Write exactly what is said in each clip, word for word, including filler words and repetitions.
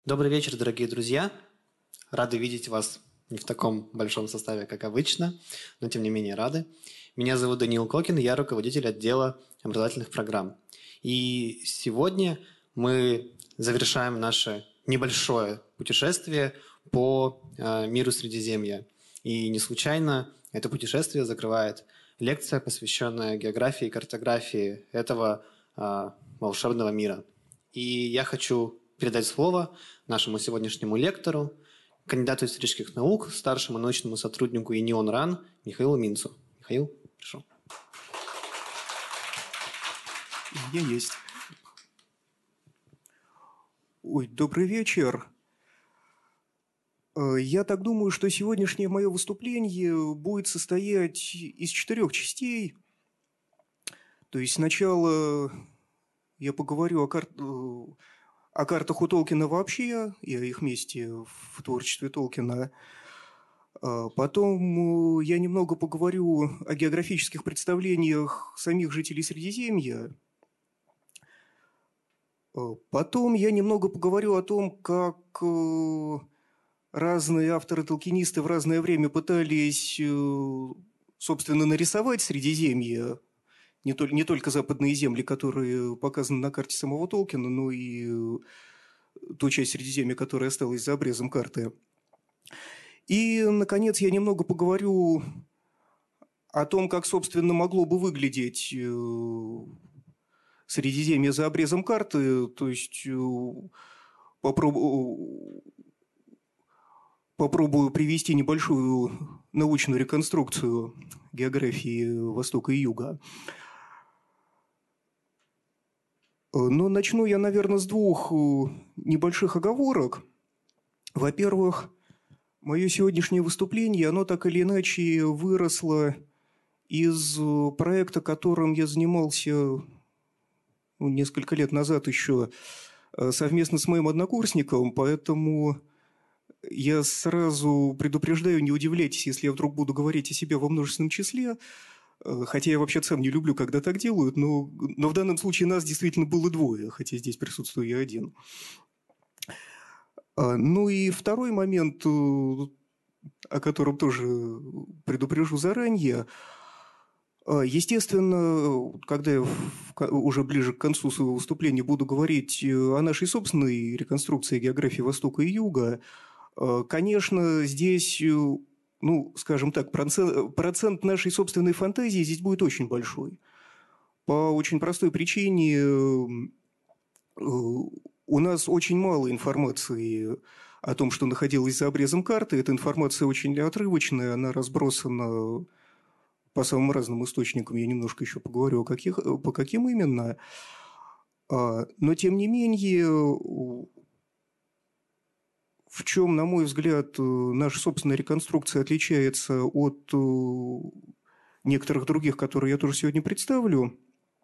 Добрый вечер, дорогие друзья. Рады видеть вас не в таком большом составе, как обычно, но тем не менее рады. Меня зовут Даниил Кокин, я руководитель отдела образовательных программ. И сегодня мы завершаем наше небольшое путешествие по э, миру Средиземья. И не случайно это путешествие закрывает лекция, посвященная географии и картографии этого э, волшебного мира. И я хочу передать слово нашему сегодняшнему лектору, кандидату исторических наук, старшему научному сотруднику ИНИОН РАН Михаилу Минцу. Михаил, прошу. У меня есть. Ой, добрый вечер. Я так думаю, что сегодняшнее мое выступление будет состоять из четырех частей. То есть сначала я поговорю о, кар... о картах у Толкина вообще и о их месте в творчестве Толкина. Потом я немного поговорю о географических представлениях самих жителей Средиземья. Потом я немного поговорю о том, как разные авторы-толкинисты в разное время пытались, собственно, нарисовать Средиземье, не, только, не только западные земли, которые показаны на карте самого Толкина, но и ту часть Средиземья, которая осталась за обрезом карты. И, наконец, я немного поговорю о том, как, собственно, могло бы выглядеть Средиземье за обрезом карты, то есть попробую, попробую привести небольшую научную реконструкцию географии Востока и Юга. Но начну я, наверное, с двух небольших оговорок. Во-первых, мое сегодняшнее выступление, оно так или иначе выросло из проекта, которым я занимался ну, несколько лет назад еще совместно с моим однокурсником, поэтому я сразу предупреждаю, не удивляйтесь, если я вдруг буду говорить о себе во множественном числе, хотя я вообще сам не люблю, когда так делают, но, но в данном случае нас действительно было двое, хотя здесь присутствую я один. Ну и второй момент, о котором тоже предупрежу заранее. Естественно, когда я уже ближе к концу своего выступления буду говорить о нашей собственной реконструкции географии Востока и Юга, конечно, здесь, ну, скажем так, процент, процент нашей собственной фантазии здесь будет очень большой. По очень простой причине у нас очень мало информации о том, что находилось за обрезом карты. Эта информация очень отрывочная, она разбросана по самым разным источникам. Я немножко еще поговорю, о каких, по каким именно. Но, тем не менее, в чем, на мой взгляд, наша собственная реконструкция отличается от некоторых других, которые я тоже сегодня представлю,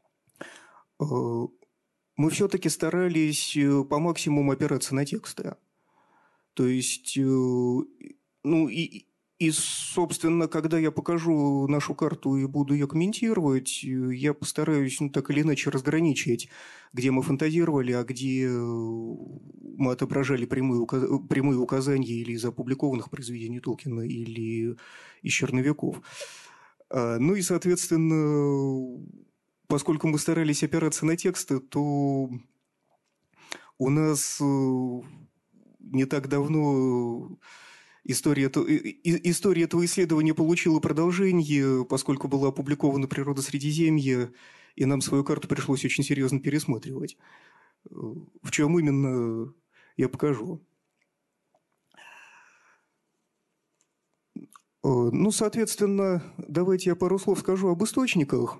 мы все-таки старались по максимуму опираться на тексты. То есть, ну и, и, собственно, когда я покажу нашу карту и буду ее комментировать, я постараюсь, ну, так или иначе разграничить, где мы фантазировали, а где мы отображали прямые, указ... прямые указания или из опубликованных произведений Толкина, или из черновиков. Ну и, соответственно, поскольку мы старались опираться на тексты, то у нас не так давно история, история этого исследования получила продолжение, поскольку была опубликована «Природа Средиземья», и нам свою карту пришлось очень серьезно пересматривать. В чем именно, я покажу. Ну, соответственно, давайте я пару слов скажу об источниках.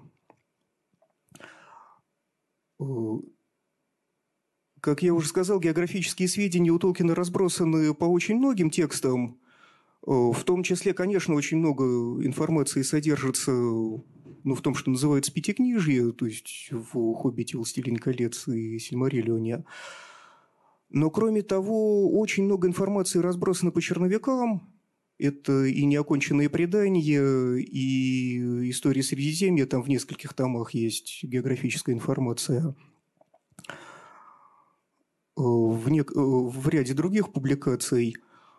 Как я уже сказал, географические сведения у Толкина разбросаны по очень многим текстам. В том числе, конечно, очень много информации содержится, ну, в том, что называется пятикнижье, то есть в «Хоббите», «Властелине колец» и «Сильмариллионе. Но, кроме того, очень много информации разбросано по черновикам. Это и неоконченные предания, и история Средиземья, там в нескольких томах есть географическая информация. в, не... в ряде других публикаций.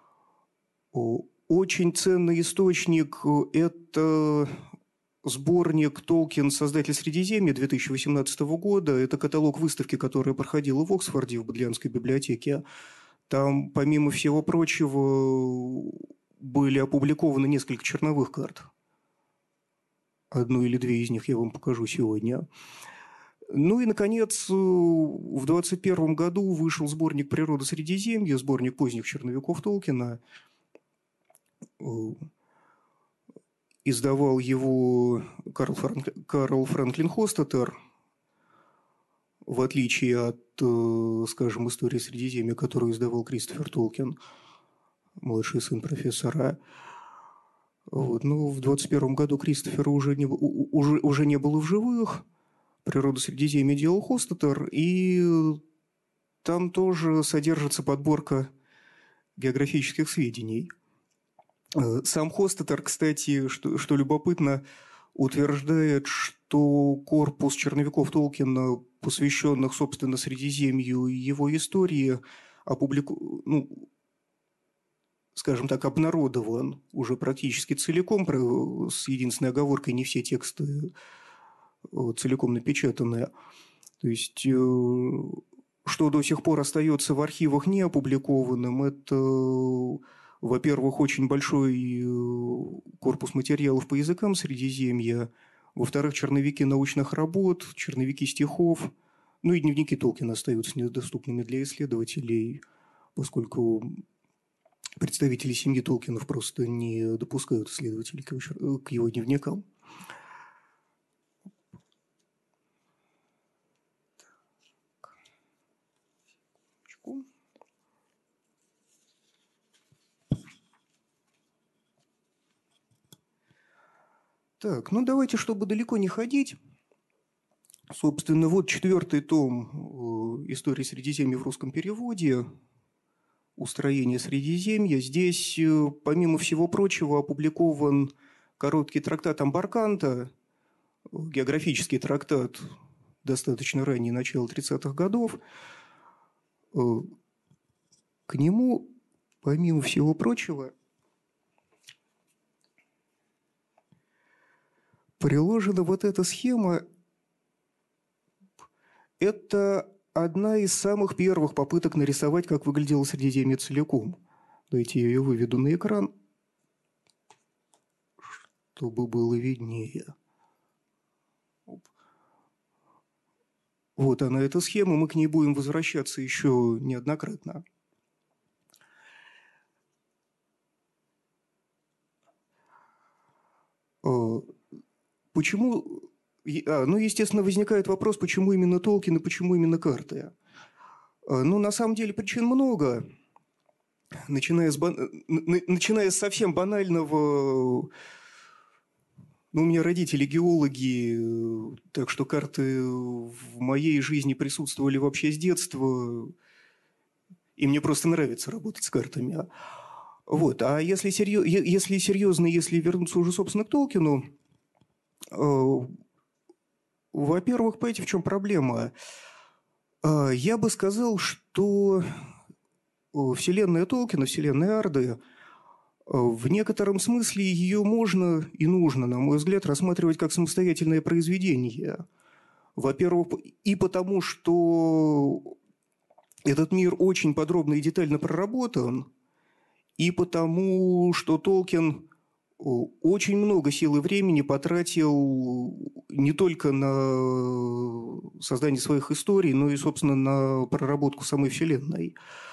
Очень ценный источник – это сборник «Толкин. Создатель Средиземья» две тысячи восемнадцатого года. Это каталог выставки, которая проходила в Оксфорде, в Бодлианской библиотеке. Там, помимо всего прочего, были опубликованы несколько черновых карт. Одну или две из них я вам покажу сегодня. Ну и, наконец, в двадцать первом году вышел сборник «Природа Средиземья», сборник поздних черновиков Толкина. Издавал его Карл, Франк... Карл Франклин Хостетер, в отличие от, скажем, «Истории Средиземья», которую издавал Кристофер Толкин, младший сын профессора. Вот. Но в двадцать первом году Кристофера уже не, уже, уже не было в живых. «Природу Средиземья» делал Хостетер, и там тоже содержится подборка географических сведений. Сам Хостетер, кстати, что, что любопытно, утверждает, что корпус черновиков Толкина, посвященных, собственно, Средиземью и его истории, опублику... ну, скажем так, обнародован уже практически целиком, с единственной оговоркой, не все тексты целиком напечатаны. То есть, что до сих пор остается в архивах не опубликованным, это, во-первых, очень большой корпус материалов по языкам Средиземья, во-вторых, черновики научных работ, черновики стихов, ну и дневники Толкина остаются недоступными для исследователей, поскольку представители семьи Толкинов просто не допускают исследователей к его дневникам. Так, ну давайте, чтобы далеко не ходить. Собственно, вот четвертый том «Истории Средиземья» в русском переводе. «Устроение Средиземья». Здесь, помимо всего прочего, опубликован короткий трактат Амбарканта, географический трактат, достаточно ранний, начало тридцатых годов. К нему, помимо всего прочего, приложена вот эта схема. Это одна из самых первых попыток нарисовать, как выглядело Средиземье целиком. Давайте я ее выведу на экран, чтобы было виднее. Вот она, эта схема, мы к ней будем возвращаться еще неоднократно. Почему... А, ну, естественно, возникает вопрос, почему именно Толкин и почему именно карты. Ну, на самом деле, причин много. Начиная с, бан... Начиная с совсем банального... Ну, у меня родители геологи, так что карты в моей жизни присутствовали вообще с детства, и мне просто нравится работать с картами. Вот. А если, серьез... если серьезно, если вернуться уже, собственно, к Толкину... Во-первых, понимаете, в чем проблема? Я бы сказал, что вселенная Толкина, вселенная Арды, в некотором смысле ее можно и нужно, на мой взгляд, рассматривать как самостоятельное произведение. Во-первых, и потому, что этот мир очень подробно и детально проработан, и потому, что Толкин очень много сил и времени потратил не только на создание своих историй, но и, собственно, на проработку самой Вселенной.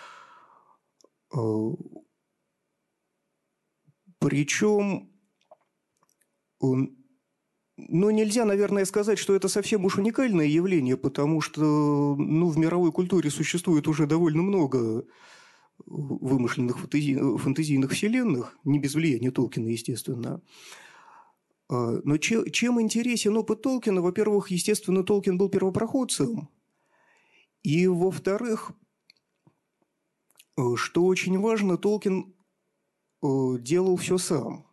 Причем, ну, нельзя, наверное, сказать, что это совсем уж уникальное явление, потому что, ну, в мировой культуре существует уже довольно много вымышленных фантази... фантазийных вселенных, не без влияния Толкина, естественно. Но чем, чем интересен опыт Толкина? Во-первых, естественно, Толкин был первопроходцем. И, во-вторых, что очень важно, Толкин делал все сам.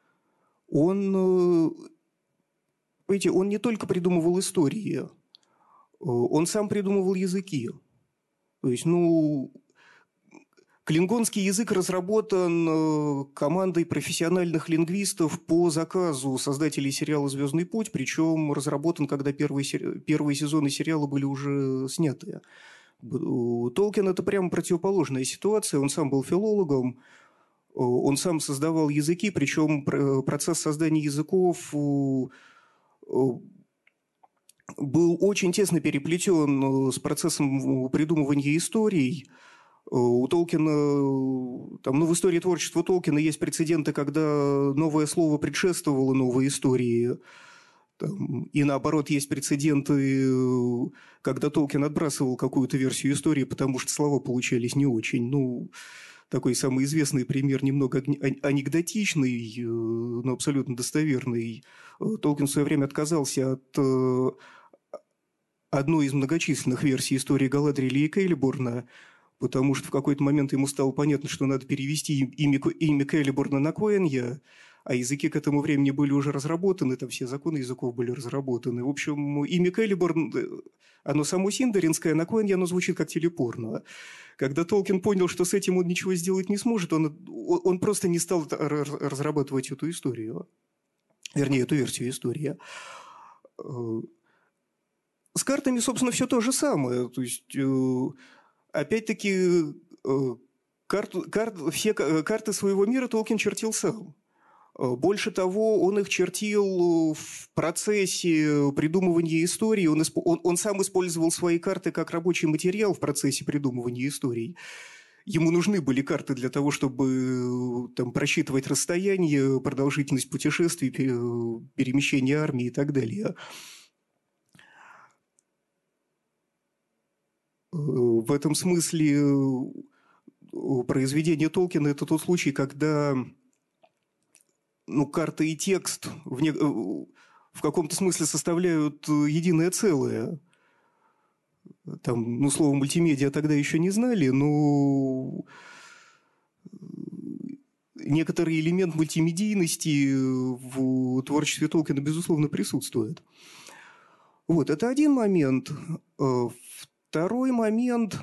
Он, видите, он не только придумывал истории, он сам придумывал языки. То есть, ну, клингонский язык разработан командой профессиональных лингвистов по заказу создателей сериала «Звездный путь», причем разработан, когда первые, первые сезоны сериала были уже сняты. У Толкина это прямо противоположная ситуация. Он сам был филологом, он сам создавал языки, причем процесс создания языков был очень тесно переплетен с процессом придумывания историй. У Толкина, там, ну, в истории творчества Толкина есть прецеденты, когда новое слово предшествовало новой истории. Там, и наоборот, есть прецеденты, когда Толкин отбрасывал какую-то версию истории, потому что слова получались не очень. Ну, такой самый известный пример, немного анекдотичный, но абсолютно достоверный. Толкин в свое время отказался от одной из многочисленных версий истории Галадриэля и Келлиборна, потому что в какой-то момент ему стало понятно, что надо перевести имя, имя Келлиборна на Куэнья, а языки к этому времени были уже разработаны, там все законы языков были разработаны. В общем, имя Келлиборн, оно само синдаринское, на Куэнья оно звучит как телепорно. Когда Толкин понял, что с этим он ничего сделать не сможет, он, он просто не стал разрабатывать эту историю. Вернее, эту версию истории. С картами, собственно, все то же самое. То есть, опять-таки, карту, карт, все карты своего мира Толкин чертил сам. Больше того, он их чертил в процессе придумывания истории. Он, он, он сам использовал свои карты как рабочий материал в процессе придумывания историй. Ему нужны были карты для того, чтобы там, просчитывать расстояние, продолжительность путешествий, перемещение армии и так далее. В этом смысле произведение Толкина – это тот случай, когда ну, карта и текст в, не... в каком-то смысле составляют единое целое. Там, ну, слово мультимедиа тогда еще не знали, но некоторый элемент мультимедийности в творчестве Толкина, безусловно, присутствует. Вот, это один момент. Второй момент.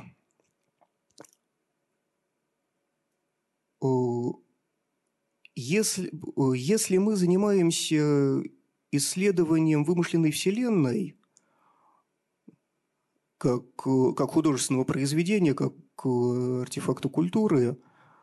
Если, если мы занимаемся исследованием вымышленной вселенной, как, как художественного произведения, как артефакта культуры,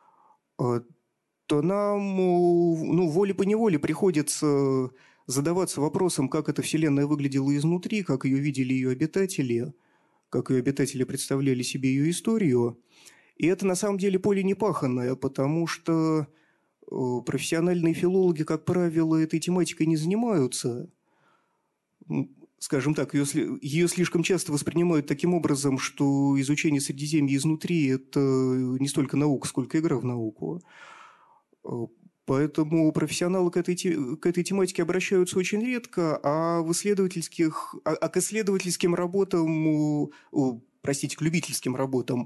то нам ну, волей-поневолей приходится задаваться вопросом, как эта вселенная выглядела изнутри, как ее видели ее обитатели, как ее обитатели представляли себе ее историю. И это на самом деле поле непаханное, потому что профессиональные филологи, как правило, этой тематикой не занимаются. Скажем так, ее, ее слишком часто воспринимают таким образом, что изучение Средиземья изнутри – это не столько наука, сколько игра в науку. Поэтому профессионалы к этой, к этой тематике обращаются очень редко, а, в исследовательских, а, а к исследовательским работам, простите, к любительским работам,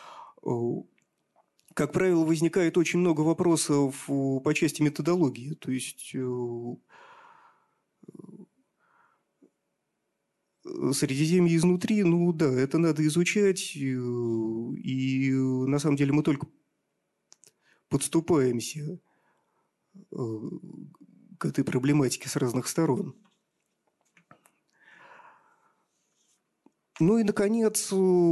как правило, возникает очень много вопросов по части методологии. То есть Средиземье изнутри, ну да, это надо изучать, и на самом деле мы только подступаемся к этой проблематике с разных сторон. Ну и, наконец,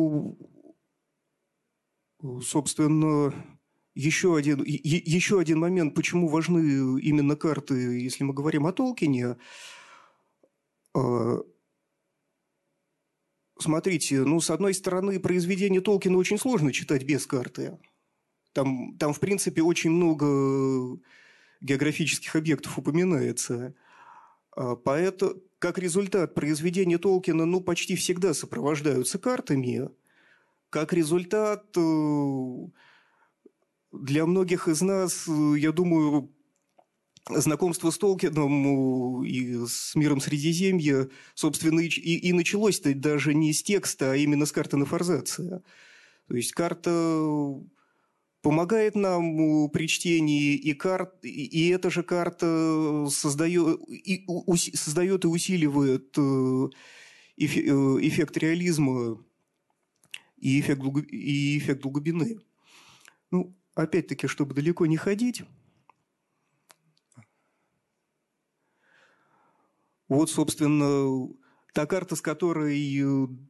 собственно, еще один, еще один момент, почему важны именно карты, если мы говорим о Толкине. Смотрите, ну, с одной стороны, произведение Толкина очень сложно читать без карты. Там, там в принципе, очень много географических объектов упоминается. Поэтому, как результат, произведения Толкина ну, почти всегда сопровождаются картами. Как результат, для многих из нас, я думаю, знакомство с Толкином и с миром Средиземья, собственно, и, и началось-то даже не с текста, а именно с карты нафорзация. То есть карта помогает нам при чтении, и, карт, и эта же карта создает и, у, создает и усиливает эффект реализма и эффект, глуб... и эффект глубины. Ну, опять-таки, чтобы далеко не ходить, вот, собственно, та карта, с которой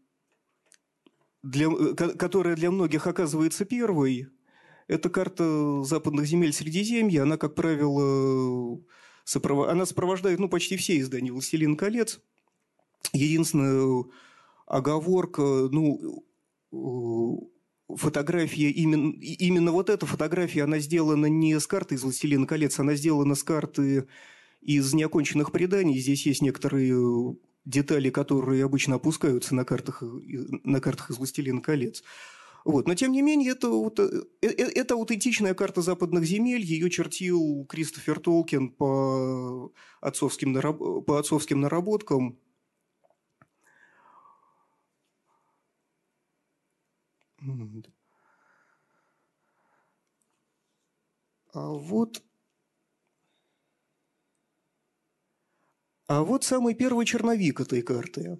для, которая для многих оказывается первой, это карта западных земель Средиземья. Она, как правило, сопров... она сопровождает ну, почти все издания «Властелин колец». Единственная оговорка, ну, фотография, именно, именно вот эта фотография, она сделана не с карты из «Властелина колец», она сделана с карты из неоконченных преданий. Здесь есть некоторые детали, которые обычно опускаются на картах, на картах из «Властелина колец». Вот. Но, тем не менее, это, это аутентичная карта западных земель. Ее чертил Кристофер Толкин по отцовским, по отцовским наработкам. А вот... А вот самый первый черновик этой карты.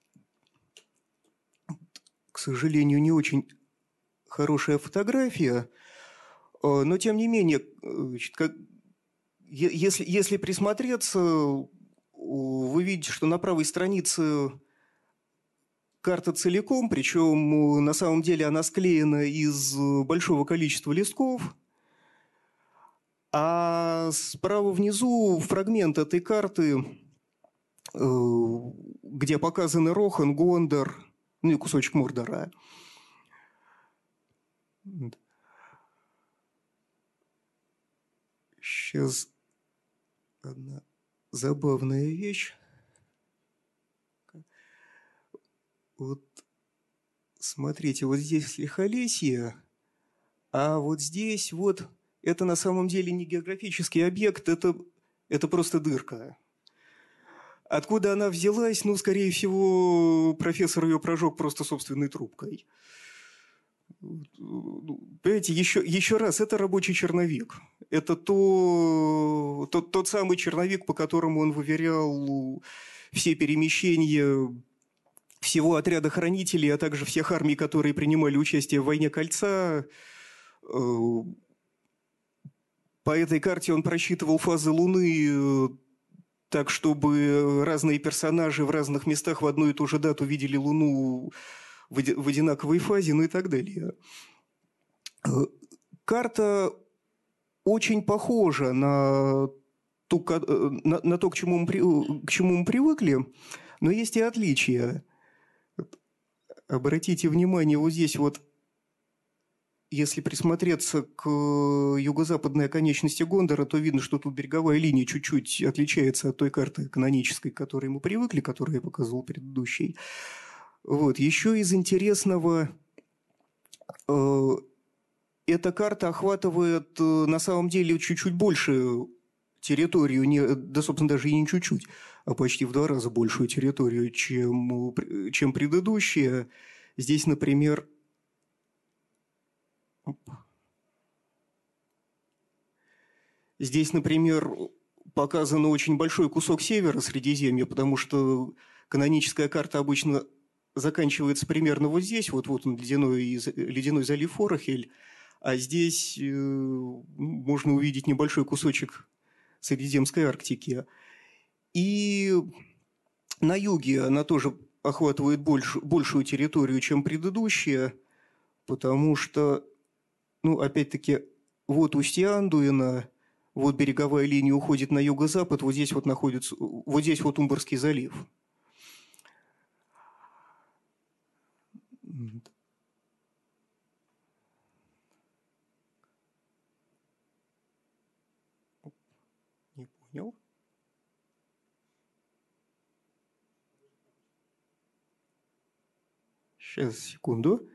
К сожалению, не очень хорошая фотография, но тем не менее, как, если, если присмотреться, вы видите, что на правой странице карта целиком, причем на самом деле она склеена из большого количества листков, а справа внизу фрагмент этой карты, где показаны Рохан, Гондор, ну и кусочек Мордора. Сейчас одна забавная вещь. Вот смотрите, вот здесь Лихолесье, а вот здесь вот это на самом деле не географический объект, это, это просто дырка. Откуда она взялась? Ну, скорее всего, профессор ее прожег просто собственной трубкой. Понимаете, еще, еще раз, это рабочий черновик. Это то, тот, тот самый черновик, по которому он выверял все перемещения всего отряда хранителей, а также всех армий, которые принимали участие в войне Кольца. По этой карте он просчитывал фазы Луны так, чтобы разные персонажи в разных местах в одну и ту же дату видели Луну в одинаковой фазе, ну и так далее. Карта очень похожа на, ту, на, на то, к чему, мы, к чему мы привыкли, но есть и отличия. Обратите внимание, вот здесь вот, если присмотреться к юго-западной оконечности Гондора, то видно, что тут береговая линия чуть-чуть отличается от той карты канонической, к которой мы привыкли, которую я показывал предыдущей. Вот. Еще из интересного, э, эта карта охватывает э, на самом деле чуть-чуть больше территорию, не, да, собственно, даже и не чуть-чуть, а почти в два раза большую территорию, чем, чем предыдущая. Здесь, например, здесь, например, показан очень большой кусок севера Средиземья, потому что каноническая карта обычно заканчивается примерно вот здесь, вот, вот он, ледяной, ледяной залив Форохель, а здесь э, можно увидеть небольшой кусочек Средиземской Арктики. И на юге она тоже охватывает больш, большую территорию, чем предыдущая, потому что, ну, опять-таки, вот устье Андуина, вот береговая линия уходит на юго-запад, вот здесь вот находится, вот здесь вот Умбрский залив. Не понял. Сейчас, секунду.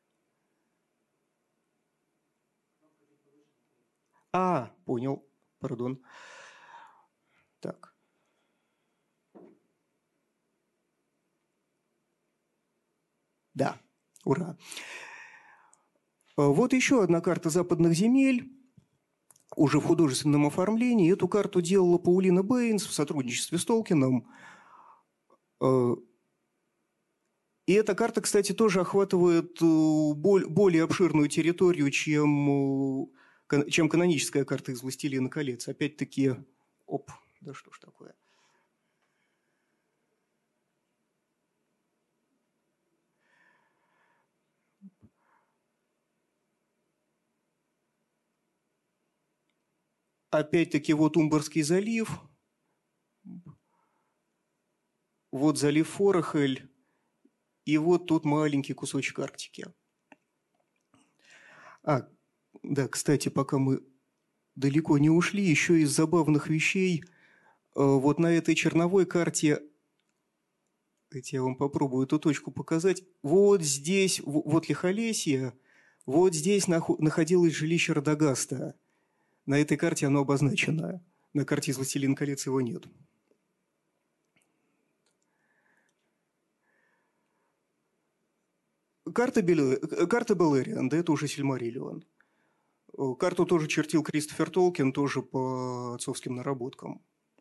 А, понял. Пардон. Так. Да, ура. Вот еще одна карта западных земель, уже в художественном оформлении. Эту карту делала Паулина Бэйнс в сотрудничестве с Толкином. И эта карта, кстати, тоже охватывает более обширную территорию, чем, чем каноническая карта из «Властелина колец». Опять-таки, оп, да что ж такое. Опять-таки, вот Умбарский залив, вот залив Форохель, и вот тут маленький кусочек Арктики. А, да, кстати, пока мы далеко не ушли, еще из забавных вещей, вот на этой черновой карте, я вам попробую эту точку показать, вот здесь, вот Лихолесье, вот здесь находилось жилище Радагаста. На этой карте оно обозначено. На карте из «Властелина колец» его нет. Карта, Бел... карта Белериан, да, это уже Сильмариллион. Карту тоже чертил Кристофер Толкин, тоже по отцовским наработкам.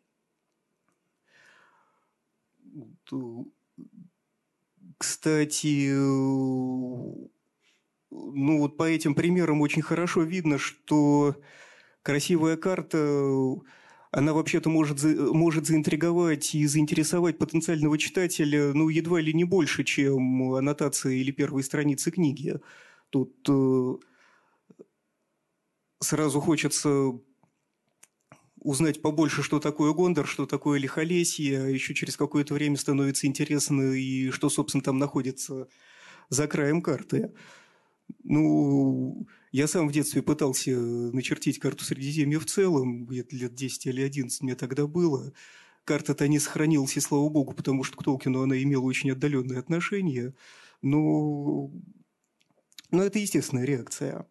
Кстати, ну вот по этим примерам очень хорошо видно, что красивая карта, она вообще-то может, может заинтриговать и заинтересовать потенциального читателя, ну, едва ли не больше, чем аннотация или первые страницы книги. Тут э, сразу хочется узнать побольше, что такое Гондор, что такое Лихолесье, а еще через какое-то время становится интересно, и что, собственно, там находится за краем карты. Ну, я сам в детстве пытался начертить карту Средиземья в целом, лет десять или одиннадцать мне тогда было. Карта-то не сохранилась, и слава богу, потому что к Толкину она имела очень отдаленные отношения. Но, но это естественная реакция.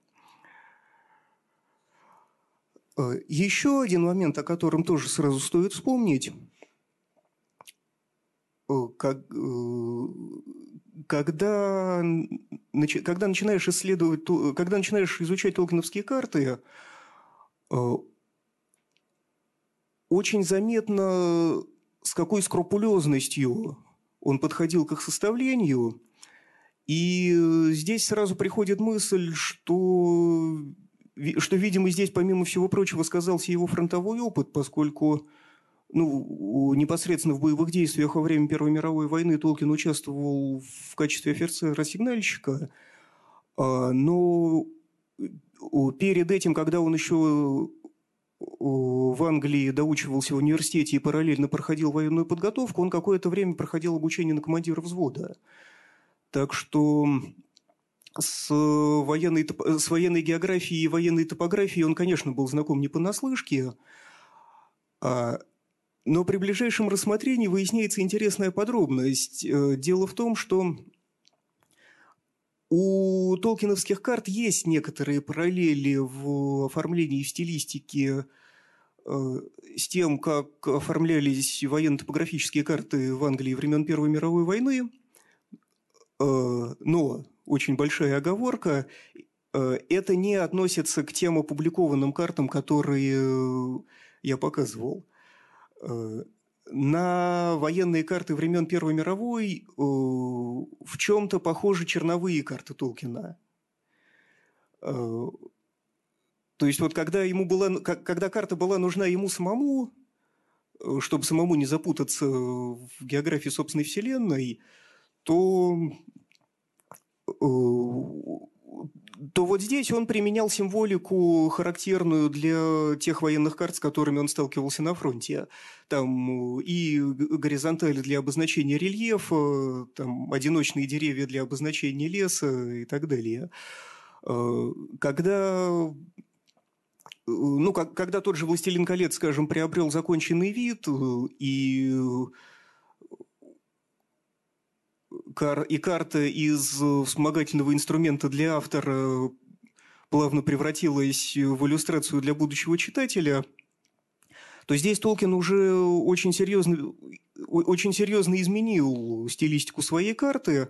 Еще один момент, о котором тоже сразу стоит вспомнить. Как, когда, когда начинаешь исследовать, когда начинаешь изучать толкиновские карты, очень заметно, с какой скрупулезностью он подходил к их составлению. И здесь сразу приходит мысль, что, что, видимо, здесь, помимо всего прочего, сказался его фронтовой опыт, поскольку ну, непосредственно в боевых действиях во время Первой мировой войны Толкин участвовал в качестве офицера-сигнальщика, но перед этим, когда он еще в Англии доучивался в университете и параллельно проходил военную подготовку, он какое-то время проходил обучение на командира взвода. Так что с военной, с военной географией и военной топографией он, конечно, был знаком не понаслышке, но при ближайшем рассмотрении выясняется интересная подробность. Дело в том, что у толкиновских карт есть некоторые параллели в оформлении и в стилистике с тем, как оформлялись военно-топографические карты в Англии времен Первой мировой войны. Но очень большая оговорка – это не относится к тем опубликованным картам, которые я показывал. На военные карты времен Первой мировой в чем-то похожи черновые карты Толкина. То есть вот когда, ему была, когда карта была нужна ему самому, чтобы самому не запутаться в географии собственной вселенной, то, то вот здесь он применял символику, характерную для тех военных карт, с которыми он сталкивался на фронте. Там и горизонтали для обозначения рельефа, там одиночные деревья для обозначения леса и так далее. Когда... Ну, как, когда тот же «Властелин колец», скажем, приобрел законченный вид, и, и карта из вспомогательного инструмента для автора плавно превратилась в иллюстрацию для будущего читателя, то здесь Толкин уже очень серьезно, очень серьезно изменил стилистику своей карты.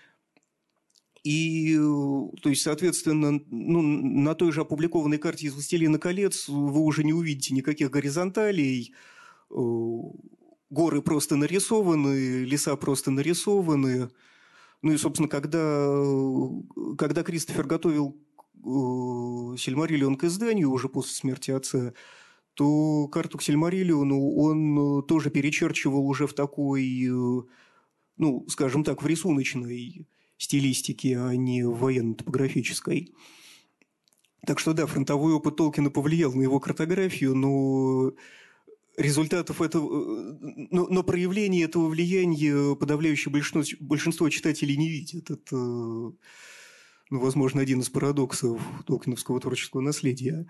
И, то есть, соответственно, ну, на той же опубликованной карте из «Властелина колец» вы уже не увидите никаких горизонталей, горы просто нарисованы, леса просто нарисованы. Ну и, собственно, когда, когда Кристофер готовил Сильмариллион к изданию уже после смерти отца, то карту к Сильмариллиону он тоже перечерчивал уже в такой, ну, скажем так, в рисуночной стилистике, а не в военно-топографической. Так что, да, фронтовой опыт Толкина повлиял на его картографию, но результатов этого, но, но проявление этого влияния подавляющее большинство, большинство читателей не видит. Это, ну, возможно, один из парадоксов толкиновского творческого наследия.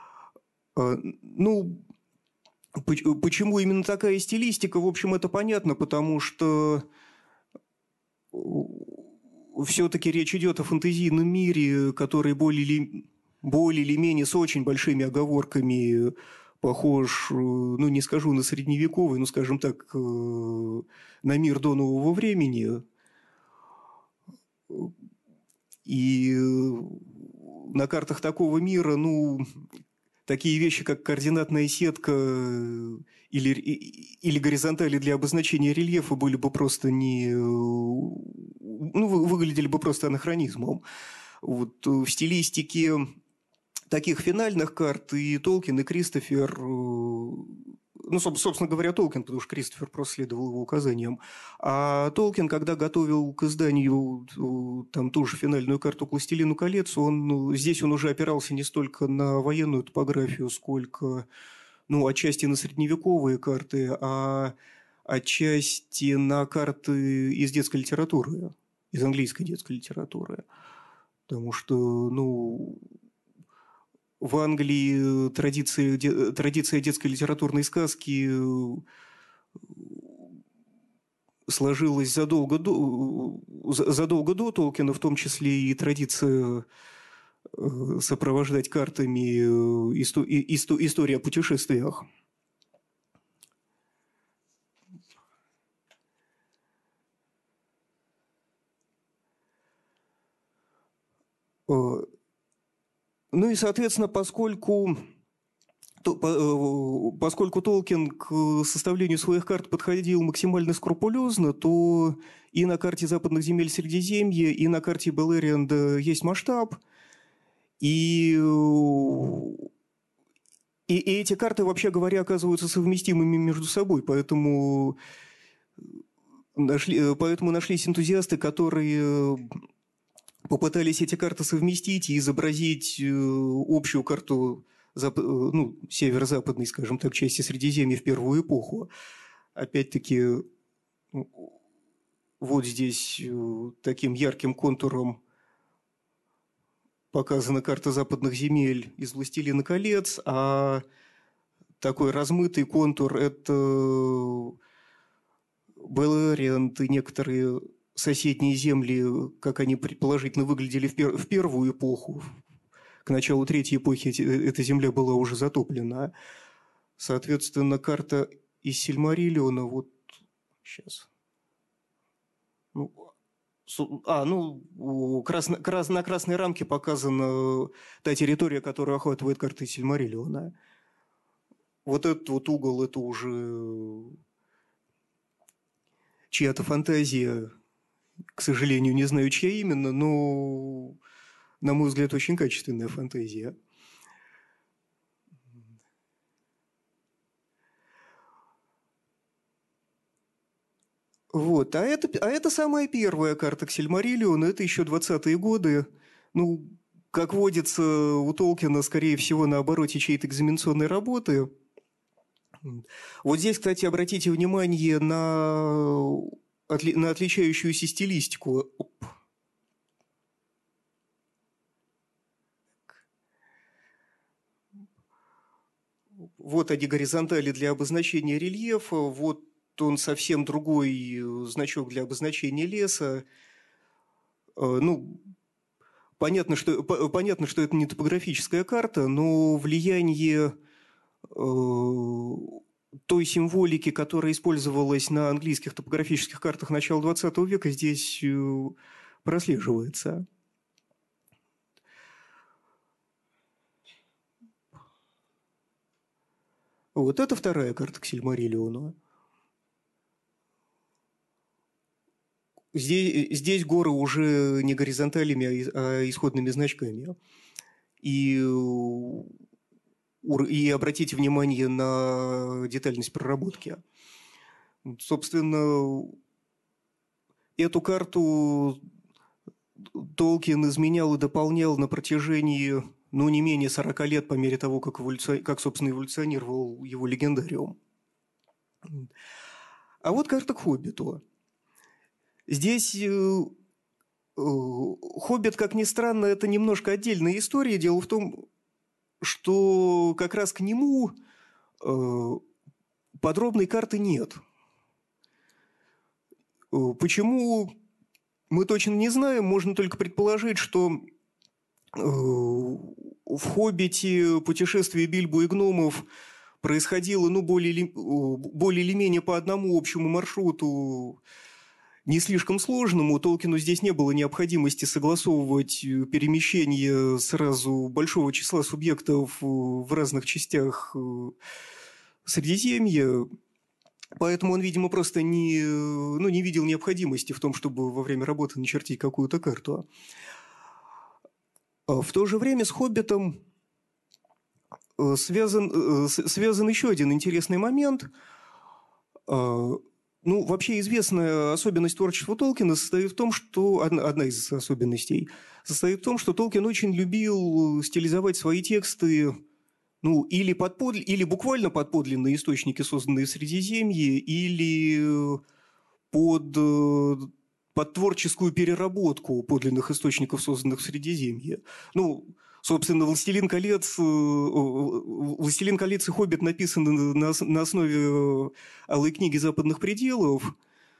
Ну, почему именно такая стилистика? В общем, это понятно, потому что все-таки речь идет о фэнтезийном мире, который более или, более или менее с очень большими оговорками похож, ну, не скажу на средневековый, но, скажем так, на мир до нового времени. И на картах такого мира, ну, такие вещи, как координатная сетка или, или горизонтали для обозначения рельефа были бы просто не... Ну, выглядели бы просто анахронизмом. Вот в стилистике таких финальных карт и Толкин, и Кристофер... Ну, собственно говоря, Толкин, потому что Кристофер просто следовал его указаниям. А Толкин, когда готовил к изданию там ту же финальную карту к «Властелину колец», он, здесь он уже опирался не столько на военную топографию, сколько, ну, отчасти на средневековые карты, а отчасти на карты из детской литературы, из английской детской литературы. Потому что, ну... В Англии традиция, традиция детской литературной сказки сложилась задолго до, задолго до Толкина, в том числе и традиция сопровождать картами историю о путешествиях. Ну и, соответственно, поскольку, поскольку Толкин к составлению своих карт подходил максимально скрупулезно, то и на карте западных земель Средиземья, и на карте Белерианда есть масштаб, и, и, и эти карты, вообще говоря, оказываются совместимыми между собой, поэтому, нашли, поэтому нашлись энтузиасты, которые... попытались эти карты совместить и изобразить общую карту зап... ну, северо-западной, скажем так, части Средиземья в первую эпоху. Опять-таки, вот здесь таким ярким контуром показана карта западных земель из «Властелина колец», а такой размытый контур – это Белерианд и некоторые соседние земли, как они предположительно выглядели в, пер в первую эпоху. К началу третьей эпохи эта земля была уже затоплена. Соответственно, карта из Сильмариллиона, вот сейчас. Ну, а, ну, красно, крас, на красной рамке показана та территория, которую охватывает карта из Сильмариллиона. Вот этот вот угол, это уже чья-то фантазия. К сожалению, не знаю, чья именно, но, на мой взгляд, очень качественная фантазия. Вот. А это, а это самая первая карта к Сильмариллиону, это еще двадцатые годы. Ну, как водится, у Толкина, скорее всего, на обороте чьей-то экзаменационной работы. Вот здесь, кстати, обратите внимание на, на отличающуюся стилистику. Оп. Вот они, горизонтали для обозначения рельефа, вот он совсем другой значок для обозначения леса. Ну, понятно, что, понятно, что это не топографическая карта, но влияние той символики, которая использовалась на английских топографических картах начала двадцатого века, здесь прослеживается. Вот это вторая карта к Сильмариллиону. здесь, здесь горы уже не горизонталями, а исходными значками. И, и обратите внимание на детальность проработки. Собственно, эту карту Толкин изменял и дополнял на протяжении, ну, не менее сорока лет по мере того, как, эволюци... как собственно, эволюционировал его легендариум. А вот карта к «Хоббиту». Здесь э, э, «Хоббит», как ни странно, это немножко отдельная история. Дело в том, что как раз к нему э, подробной карты нет. Э, почему, мы точно не знаем. Можно только предположить, что э, в «Хоббите» путешествие Бильбо и гномов происходило, ну, более или, более или менее по одному общему маршруту, не слишком сложному. Толкину здесь не было необходимости согласовывать перемещение сразу большого числа субъектов в разных частях Средиземья. Поэтому он, видимо, просто не, ну, не видел необходимости в том, чтобы во время работы начертить какую-то карту. В то же время с «Хоббитом» связан, связан еще один интересный момент. Ну, вообще известная особенность творчества Толкина состоит в том, что... Одна, одна из особенностей состоит в том, что Толкин очень любил стилизовать свои тексты, ну, или, подпод... или буквально под подлинные источники, созданные в Средиземье, или под... под творческую переработку подлинных источников, созданных в Средиземье. Ну, собственно, «Властелин колец», «Властелин колец» и «Хоббит» написаны на, на основе «Алой книги западных пределов».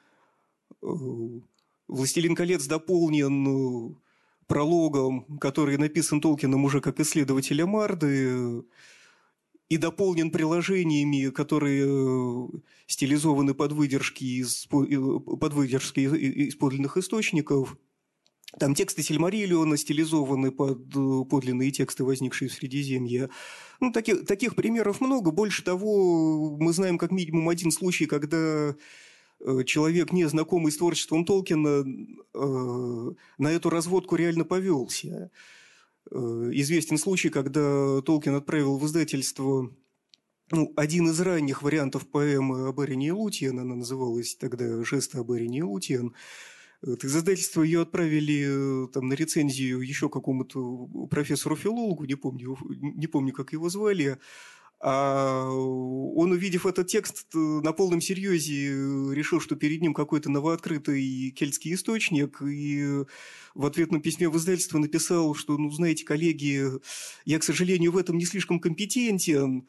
«Властелин колец» дополнен прологом, который написан Толкином уже как исследователя Марды, и дополнен приложениями, которые стилизованы под выдержки из, под выдержки из подлинных источников. Там тексты Сильмариллиона стилизованы под подлинные тексты, возникшие в Средиземье. Ну, таких, таких примеров много. Больше того, мы знаем как минимум один случай, когда человек, не знакомый с творчеством Толкина, на эту разводку реально повелся. Известен случай, когда Толкин отправил в издательство, ну, один из ранних вариантов поэмы об Эрене и Лúthien, она называлась тогда «Жесты об Эрене и Лúthien». Из издательства ее отправили там, на рецензию еще какому-то профессору-филологу, не помню, не помню, как его звали. А он, увидев этот текст, на полном серьезе решил, что перед ним какой-то новооткрытый кельтский источник, и в ответном письме в издательство написал, что, ну, знаете, коллеги, я, к сожалению, в этом не слишком компетентен,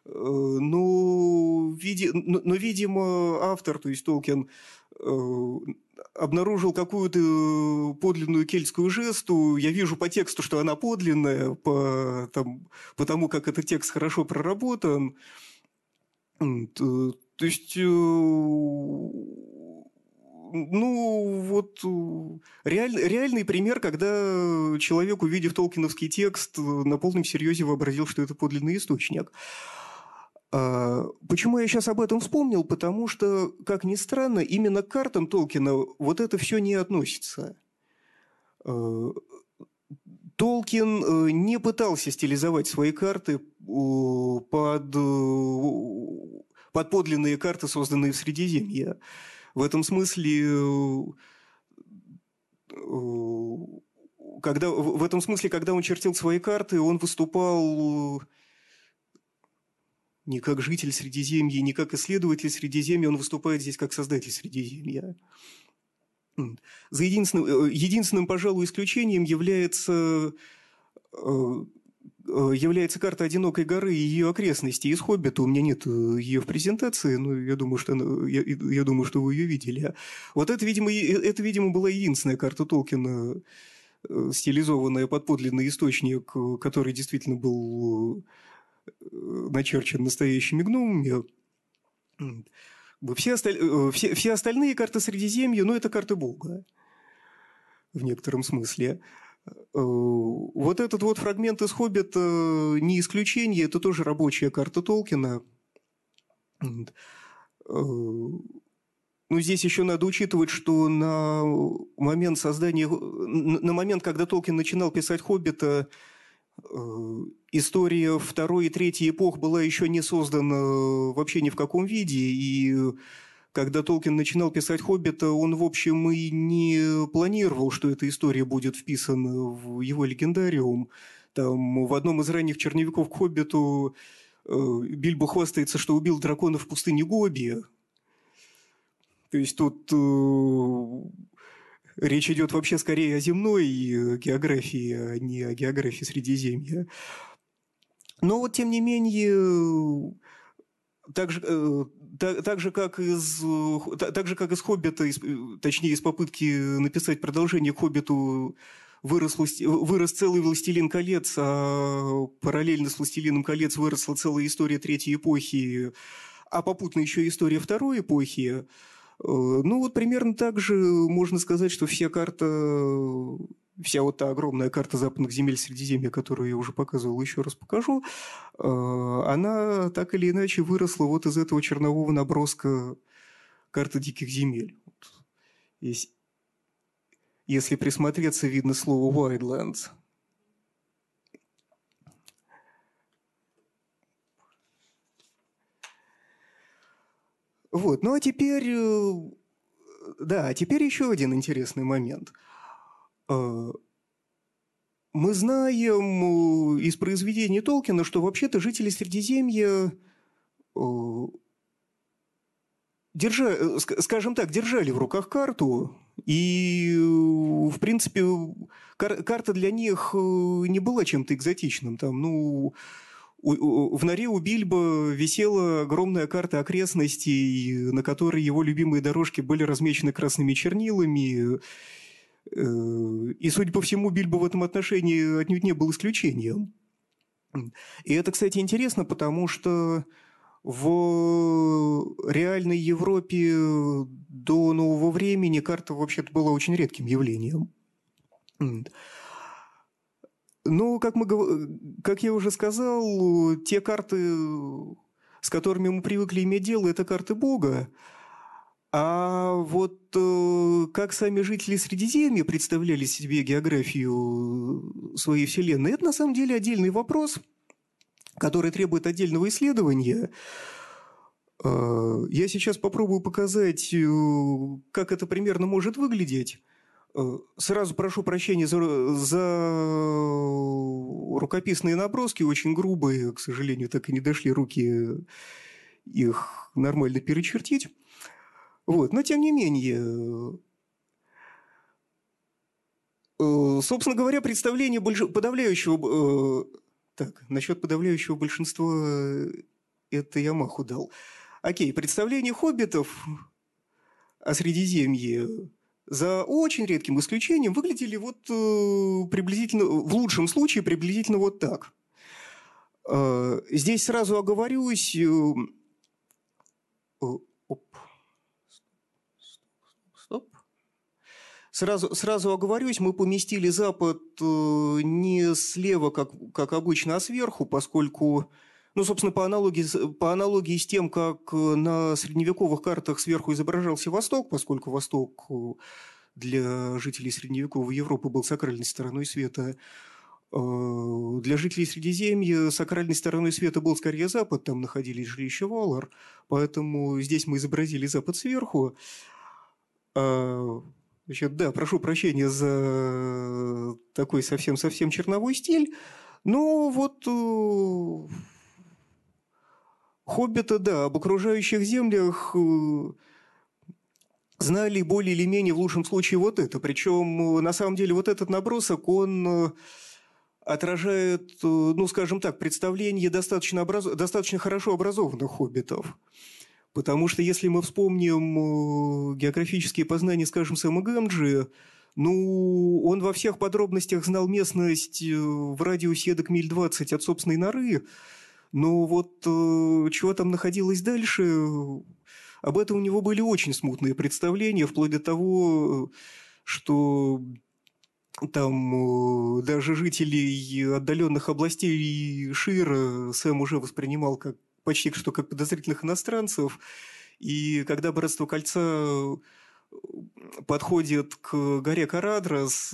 но, види... но, но видимо, автор, то есть Толкин, обнаружил какую-то подлинную кельтскую жесту. Я вижу по тексту, что она подлинная, по, там, по тому, как этот текст хорошо проработан. То, то есть, ну, вот реаль, реальный пример, когда человек, увидев толкиновский текст, на полном серьезе вообразил, что это подлинный источник. Почему я сейчас об этом вспомнил? Потому что, как ни странно, именно к картам Толкина вот это все не относится. Толкин не пытался стилизовать свои карты под, под подлинные карты, созданные в Средиземье. В этом смысле, когда, в этом смысле, когда он чертил свои карты, он выступал... не как житель Средиземья, не как исследователь Средиземья, он выступает здесь как создатель Средиземья. За единственным, единственным, пожалуй, исключением является, является карта одинокой горы и ее окрестностей из «Хоббита». У меня нет ее в презентации, но я думаю, что, она, я, я думаю, что вы ее видели. Вот это, видимо, это, видимо, была единственная карта Толкина, стилизованная под подлинный источник, который действительно был... начерчен настоящими гномами. Все, осталь... все, все остальные карты Средиземья, ну, это карты Бога в некотором смысле. Вот этот вот фрагмент из «Хоббита» не исключение, это тоже рабочая карта Толкина. ну, здесь еще надо учитывать, что на момент создания, на момент, когда Толкин начинал писать «Хоббита», история второй и третьей эпох была еще не создана вообще ни в каком виде, и когда Толкин начинал писать «Хоббита», он, в общем, и не планировал, что эта история будет вписана в его легендариум. Там в одном из ранних черновиков к «Хоббиту» Бильбо хвастается, что убил дракона в пустыне Гоби. То есть тут э, речь идет вообще скорее о земной географии, а не о географии Средиземья. Но вот, тем не менее, так же, э, так, так же, как из, так же, как из «Хоббита», из, точнее, из попытки написать продолжение к «Хоббиту», вырос, вырос целый «Властелин колец», а параллельно с «Властелином колец» выросла целая история третьей эпохи, а попутно еще история второй эпохи. Ну, вот примерно так же можно сказать, что вся карта, вся вот та огромная карта западных земель Средиземья, которую я уже показывал, еще раз покажу, она так или иначе выросла вот из этого чернового наброска карты диких земель. Если, если присмотреться, видно слово «wildlands». Вот, ну а теперь, да, а теперь еще один интересный момент. Мы знаем из произведений Толкина, что вообще-то жители Средиземья, держа, скажем так, держали в руках карту, и, в принципе, кар- карта для них не была чем-то экзотичным. Там, ну... В норе у Бильбо висела огромная карта окрестностей, на которой его любимые дорожки были размечены красными чернилами. И, судя по всему, Бильбо в этом отношении отнюдь не был исключением. И это, кстати, интересно, потому что в реальной Европе до нового времени карта вообще-то была очень редким явлением. Ну, как, мы, как я уже сказал, те карты, с которыми мы привыкли иметь дело, это карты Бога. А вот как сами жители Средиземья представляли себе географию своей вселенной, это на самом деле отдельный вопрос, который требует отдельного исследования. Я сейчас попробую показать, как это примерно может выглядеть. Сразу прошу прощения за, за рукописные наброски, очень грубые, к сожалению, так и не дошли руки их нормально перечертить. Вот. Но, тем не менее, собственно говоря, представление больш... подавляющего... Так, насчет подавляющего большинства это я маху дал. Окей, представление хоббитов о Средиземье за очень редким исключением выглядели вот э, приблизительно, в лучшем случае приблизительно вот так. Э, здесь сразу оговорюсь. Э, э, оп. Стоп, стоп. Сразу, сразу оговорюсь, мы поместили Запад э, не слева, как, как обычно, а сверху, поскольку, ну, собственно, по аналогии, по аналогии с тем, как на средневековых картах сверху изображался Восток, поскольку Восток для жителей средневековой Европы был сакральной стороной света, для жителей Средиземья сакральной стороной света был скорее Запад, там находились жилища Валар, поэтому здесь мы изобразили Запад сверху. Значит, да, прошу прощения за такой совсем-совсем черновой стиль, но вот э, хоббиты, да, об окружающих землях э, знали более или менее в лучшем случае вот это. Причем, на самом деле, вот этот набросок, он отражает, ну, скажем так, представление достаточно, образ... достаточно хорошо образованных хоббитов. Потому что если мы вспомним географические познания, скажем, Сэма Гэмджи, ну, он во всех подробностях знал местность в радиусе эдак миль двадцать от собственной норы, но вот чего там находилось дальше, об этом у него были очень смутные представления, вплоть до того, что там даже жителей отдаленных областей Шира Сэм уже воспринимал как почти что как подозрительных иностранцев, И когда Братство Кольца подходит к горе Карадрас,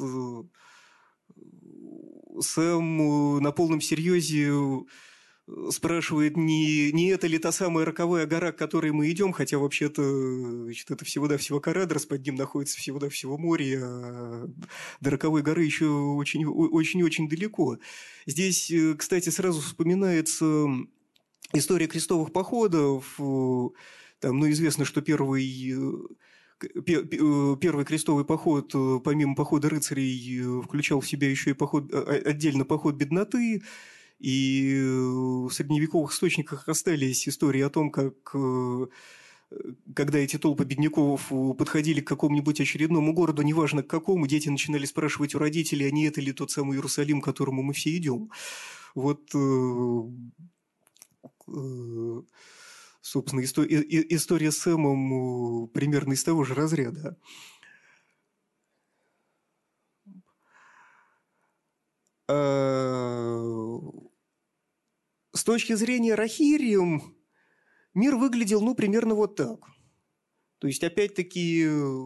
Сэм на полном серьезе спрашивает, не, не это ли та самая роковая гора, к которой мы идем, хотя вообще-то значит, это всего-навсего Карадрас, под ним находится всего-навсего море, а до роковой горы еще очень-очень далеко. Здесь, кстати, сразу вспоминается история крестовых походов. Там, ну, известно, что первый... Первый крестовый поход, помимо похода рыцарей, включал в себя еще и поход, отдельно поход бедноты. И в средневековых источниках остались истории о том, как, когда эти толпы бедняков подходили к какому-нибудь очередному городу, неважно к какому, дети начинали спрашивать у родителей, а не это ли тот самый Иерусалим, к которому мы все идем. Вот, собственно, история с Сэмом примерно из того же разряда. С точки зрения Рахириум мир выглядел, ну, примерно вот так. То есть, опять-таки,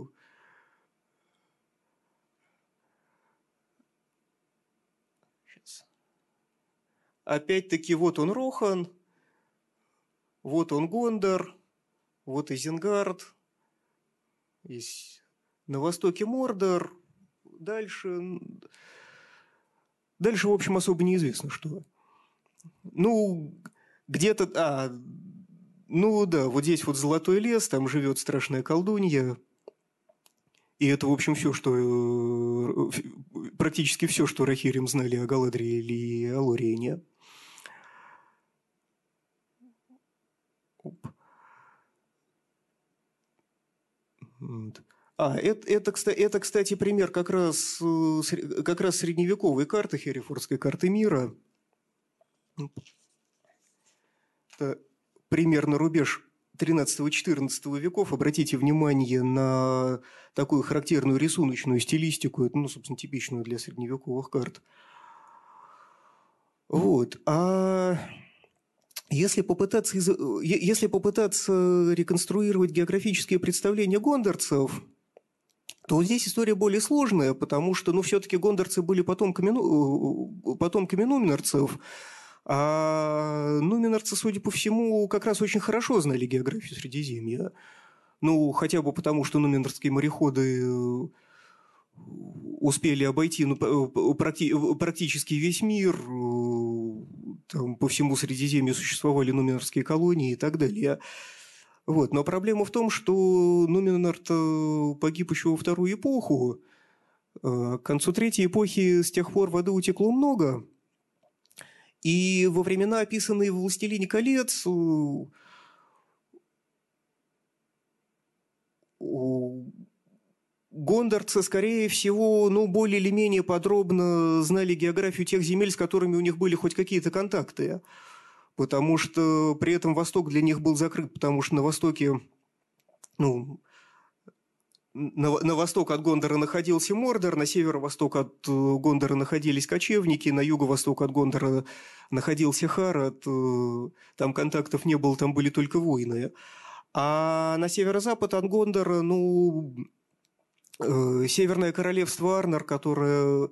опять-таки, вот он Рохан, вот он Гондор, вот Изенгард, есть на востоке Мордор, дальше... Дальше, в общем, особо неизвестно, что. Ну, где-то... А, ну, да, вот здесь вот Золотой лес, там живет страшная колдунья. И это, в общем, все, что... Практически все, что Рахириум знали о Галадриэле или о Лориэне. А, это, это, это, кстати, пример как раз, как раз средневековой карты, Херефордской карты мира. Это примерно рубеж тринадцатого-четырнадцатого веков. Обратите внимание на такую характерную рисуночную стилистику, это, ну, собственно, типичную для средневековых карт. Вот. А если попытаться, если попытаться реконструировать географические представления гондорцев, то вот здесь история более сложная, потому что, ну, все-таки гондорцы были потомками, потомками нуминорцев, а нуминорцы, судя по всему, как раз очень хорошо знали географию Средиземья. Ну, хотя бы потому, что нуминорские мореходы успели обойти, ну, практи- практически весь мир. Там по всему Средиземью существовали нуминорские колонии и так далее. Вот. Но проблема в том, что Нуменор погиб еще во вторую эпоху. К концу третьей эпохи с тех пор воды утекло много. И во времена, описанные в «Властелине колец», гондорцы, скорее всего, ну, более или менее подробно знали географию тех земель, с которыми у них были хоть какие-то контакты. Потому что при этом Восток для них был закрыт, потому что на Востоке, ну, на, на восток от Гондора находился Мордор, на северо-восток от Гондора находились кочевники, на юго-восток от Гондора находился Харад, там контактов не было, там были только войны. А на северо-запад от Гондора, ну, э, Северное королевство Арнор, которое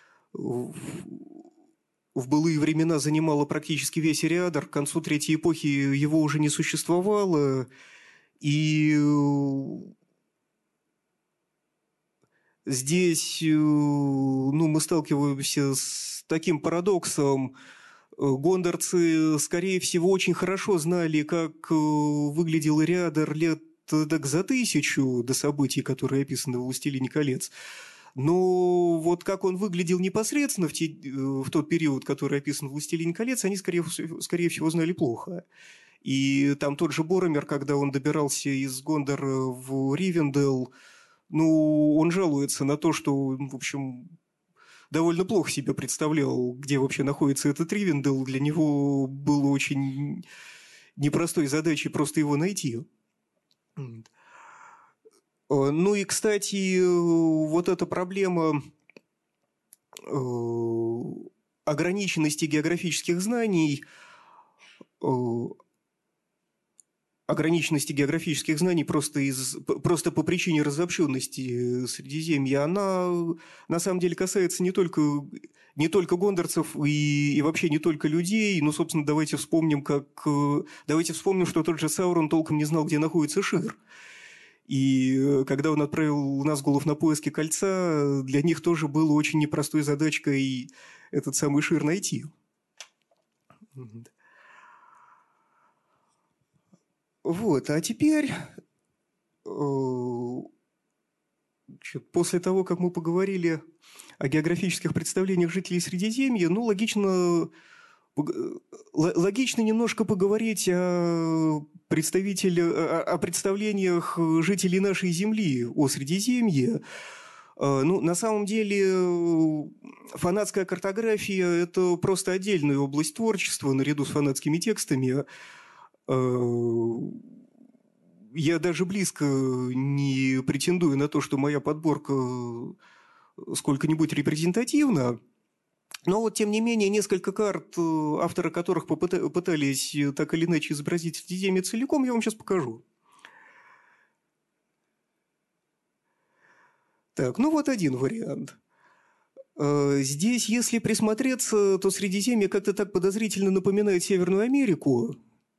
в былые времена занимало практически весь Эриадор, к концу Третьей эпохи его уже не существовало, и здесь, ну, мы сталкиваемся с таким парадоксом. Гондорцы, скорее всего, очень хорошо знали, как выглядел Эриадор лет так за тысячу до событий, которые описаны в «Властелине колец». Но вот как он выглядел непосредственно в, те, в тот период, который описан в «Властелине колец», они, скорее, скорее всего, знали плохо. И там тот же Боромер, когда он добирался из Гондора в Ривенделл, ну, он жалуется на то, что, в общем, довольно плохо себе представлял, где вообще находится этот Ривенделл. Для него было очень непростой задачей просто его найти. Ну и, кстати, вот эта проблема ограниченности географических знаний ограниченности географических знаний просто, из, просто по причине разобщенности Средиземья, она на самом деле касается не только, не только гондорцев и, и вообще не только людей. Ну, собственно, давайте вспомним, как, давайте вспомним, что тот же Саурон толком не знал, где находится Шир. И когда он отправил Назгулов на поиски кольца, для них тоже было очень непростой задачкой этот самый Шир найти. Вот, а теперь, после того, как мы поговорили о географических представлениях жителей Средиземья, ну, логично, логично немножко поговорить о, представителях, о представлениях жителей нашей Земли о Средиземье. Ну, на самом деле, фанатская картография – это просто отдельная область творчества наряду с фанатскими текстами. Я даже близко не претендую на то, что моя подборка сколько-нибудь репрезентативна. Но вот, тем не менее, несколько карт, авторы которых попытались так или иначе изобразить Средиземье целиком, я вам сейчас покажу. Так, ну вот один вариант. Здесь, если присмотреться, то Средиземье как-то так подозрительно напоминает Северную Америку.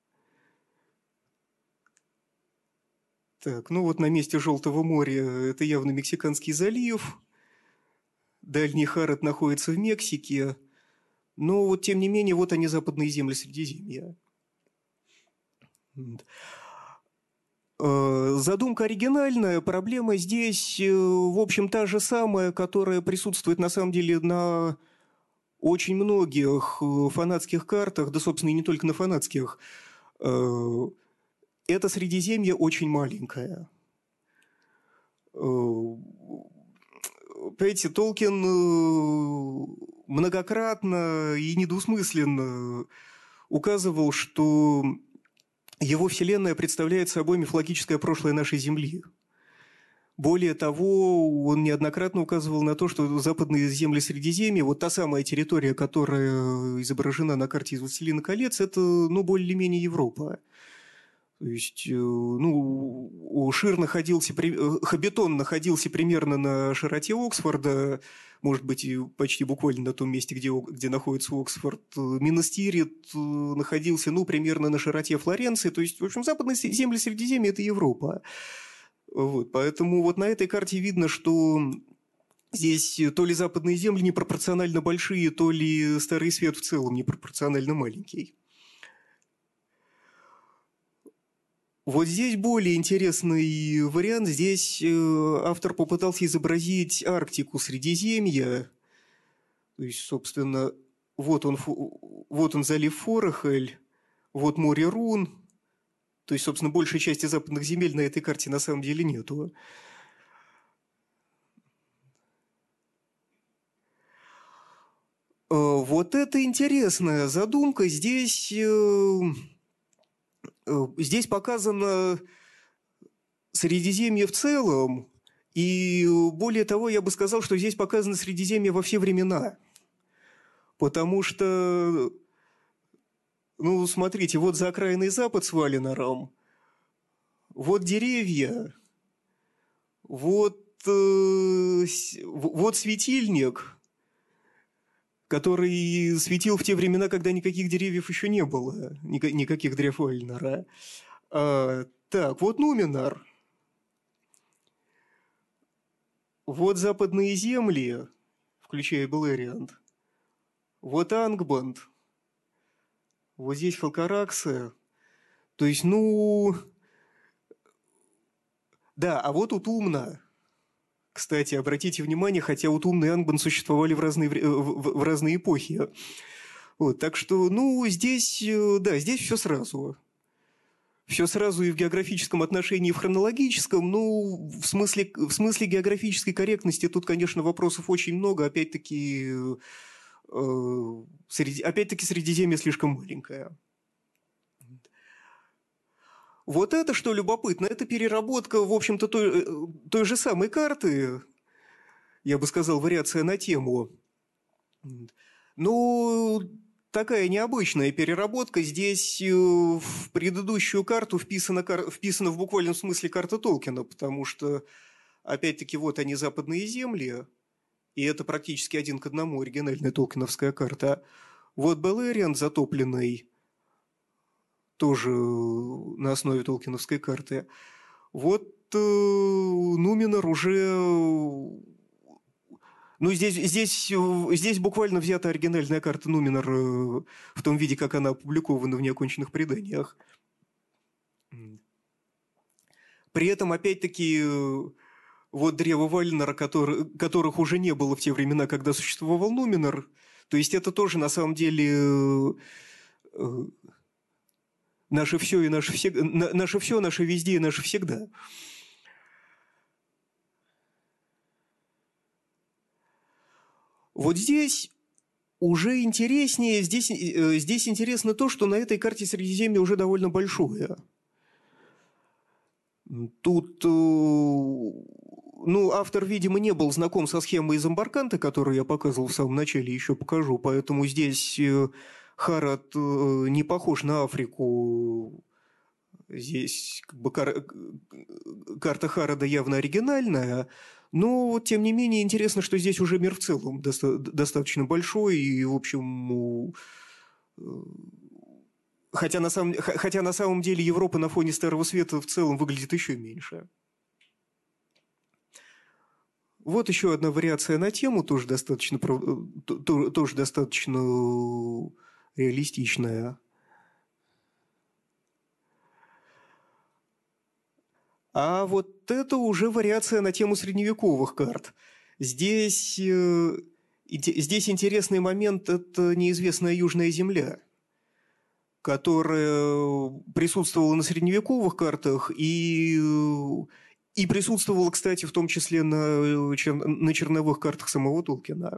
Так, ну вот на месте Желтого моря это явно Мексиканский залив. Дальний Харод находится в Мексике. Но вот тем не менее, вот они, западные земли Средиземья. Задумка оригинальная, проблема здесь, в общем, та же самая, которая присутствует на самом деле на очень многих фанатских картах, да, собственно, и не только на фанатских. Это Средиземье очень маленькое. Понимаете, Толкин многократно и недвусмысленно указывал, что его вселенная представляет собой мифологическое прошлое нашей Земли. Более того, он неоднократно указывал на то, что западные земли Средиземья, вот та самая территория, которая изображена на карте из «Властелина колец», это, ну, более-менее Европа. То есть, ну, Шир находился, Хоббитон находился примерно на широте Оксфорда, может быть, и почти буквально на том месте, где, где находится Оксфорд. Минас Тирит находился, ну, примерно на широте Флоренции. То есть, в общем, западные земли Средиземья – это Европа. Вот, поэтому вот на этой карте видно, что здесь то ли западные земли непропорционально большие, то ли Старый Свет в целом непропорционально маленький. Вот здесь более интересный вариант. Здесь автор попытался изобразить Арктику Средиземья. То есть, собственно, вот он, вот он залив Форохель, вот море Рун. То есть, собственно, большей части западных земель на этой карте на самом деле нету. Вот это интересная задумка. Здесь... Здесь показано Средиземье в целом, и более того, я бы сказал, что здесь показано Средиземье во все времена. Потому что, ну, смотрите, вот за окраиной Запад с Валенором, вот деревья, вот, э, вот светильник, который светил в те времена, когда никаких деревьев еще не было, никаких древ Валенора. А, так, вот Нуменор. Вот западные земли, включая Белерианд. Вот Ангбанд. Вот здесь Халкараксы. То есть, ну... Да, а вот Утумна. Кстати, обратите внимание, хотя Утумна и Ангбанд существовали в разные, в, в разные эпохи. Вот, так что, ну, здесь, да, здесь все сразу. Все сразу и в географическом отношении, и в хронологическом. Ну, в смысле, в смысле географической корректности тут, конечно, вопросов очень много. Опять-таки, э, среди, опять-таки Средиземье слишком маленькое. Вот это, что любопытно, это переработка, в общем-то, той, той же самой карты, я бы сказал, вариация на тему. Но такая необычная переработка. Здесь в предыдущую карту вписана, вписана в буквальном смысле карта Толкина, потому что, опять-таки, вот они, западные земли, и это практически один к одному оригинальная толкиновская карта. Вот Белериан затопленный, тоже на основе толкиновской карты. Вот э, Нуменор уже... Ну, здесь, здесь, здесь буквально взята оригинальная карта Нуменор в том виде, как она опубликована в неоконченных преданиях. При этом, опять-таки, вот древо Вальнора, который, которых уже не было в те времена, когда существовал Нуменор, то есть это тоже на самом деле наше все и наше всегда, наше все, наше везде и наше всегда. Вот здесь уже интереснее, здесь, здесь интересно то, что на этой карте Средиземье уже довольно большое. Тут, ну, автор, видимо, не был знаком со схемой из Амбарканта, которую я показывал в самом начале, еще покажу, поэтому здесь Харад не похож на Африку. Здесь как бы кар... карта Харада явно оригинальная, но, тем не менее, интересно, что здесь уже мир в целом доста... достаточно большой, и, в общем, хотя на, самом... хотя на самом деле Европа на фоне Старого Света в целом выглядит еще меньше. Вот еще одна вариация на тему, тоже достаточно, тоже достаточно реалистичная. А вот это уже вариация на тему средневековых карт. Здесь, э, здесь интересный момент – это неизвестная Южная Земля, которая присутствовала на средневековых картах и, и присутствовала, кстати, в том числе на, на черновых картах самого Толкина.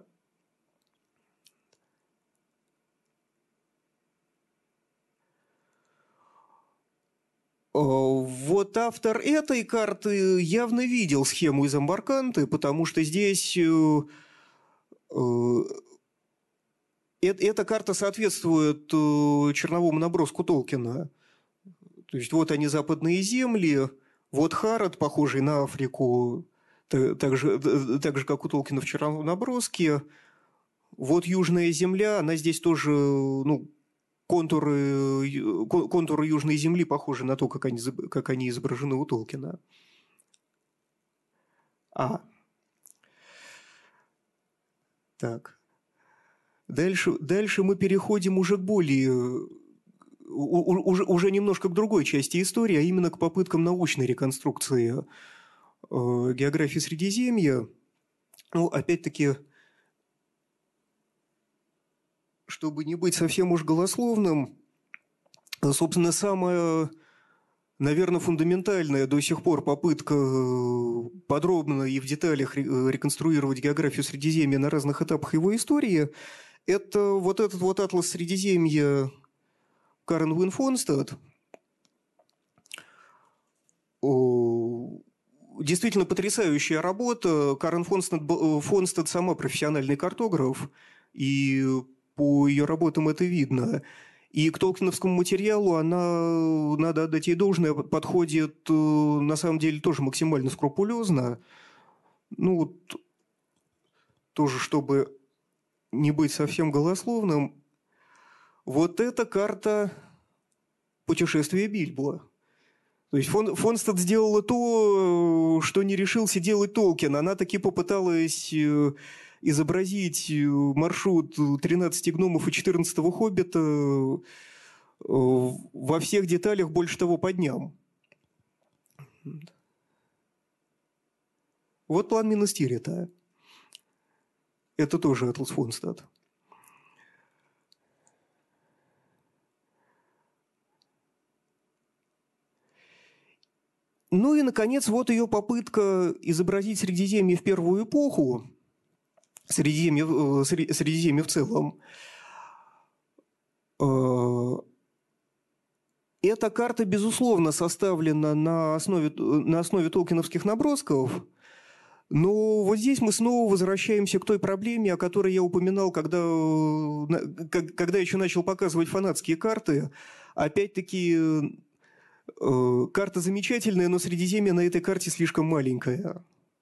Вот автор этой карты явно видел схему из Амбарканты, потому что здесь э, э, эта карта соответствует э, черновому наброску Толкина. То есть вот они, западные земли, вот Харад, похожий на Африку, так же, так же как у Толкина в черновом наброске. Вот Южная Земля, она здесь тоже... ну, Контуры, контуры Южной Земли похожи на то, как они, как они изображены у Толкина. А. Так. Дальше, дальше мы переходим уже к более... Уже, уже немножко к другой части истории, а именно к попыткам научной реконструкции э, географии Средиземья. Ну, опять-таки... Чтобы не быть совсем уж голословным, собственно, самая, наверное, фундаментальная до сих пор попытка подробно и в деталях реконструировать географию Средиземья на разных этапах его истории – это вот этот вот атлас Средиземья Карен Вин Фонстад. Действительно потрясающая работа. Карен Фонстад, Фонстад сама профессиональный картограф, и по ее работам это видно. И к толкиновскому материалу она, надо отдать ей должное, подходит на самом деле тоже максимально скрупулезно. Ну, вот, тоже, чтобы не быть совсем голословным, вот эта карта путешествия Бильбо. То есть Фон, Фонстад сделала то, что не решился делать Толкин. Она таки попыталась изобразить маршрут тринадцати гномов и четырнадцатого хоббита во всех деталях, больше того, по дням. Вот план Минастирита. Это тоже атлас Фонстад. Ну и, наконец, вот ее попытка изобразить Средиземье в первую эпоху, Средиземье, Средиземье в целом. Эта карта, безусловно, составлена на основе, на основе толкиновских набросков, Но вот здесь мы снова возвращаемся к той проблеме, о которой я упоминал, когда, когда еще начал показывать фанатские карты. Опять-таки, карта замечательная, но Средиземье на этой карте слишком маленькое.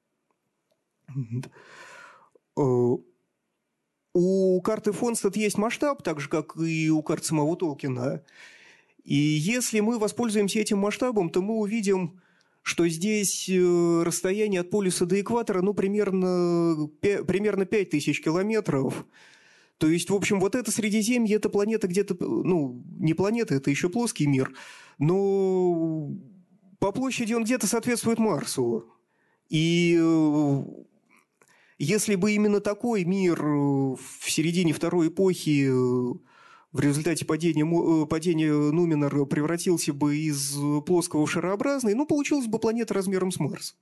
У карты Фонстед есть масштаб, так же, как и у карт самого Толкина. И если мы воспользуемся этим масштабом, то мы увидим, что здесь расстояние от полюса до экватора ну, примерно, примерно пять тысяч километров. То есть, в общем, вот это Средиземье, это планета где-то, ну, не планета, это еще плоский мир, но по площади он где-то соответствует Марсу. И если бы именно такой мир в середине второй эпохи в результате падения, падения Нуменор превратился бы из плоского в шарообразный, ну, получилась бы планета размером с Марс.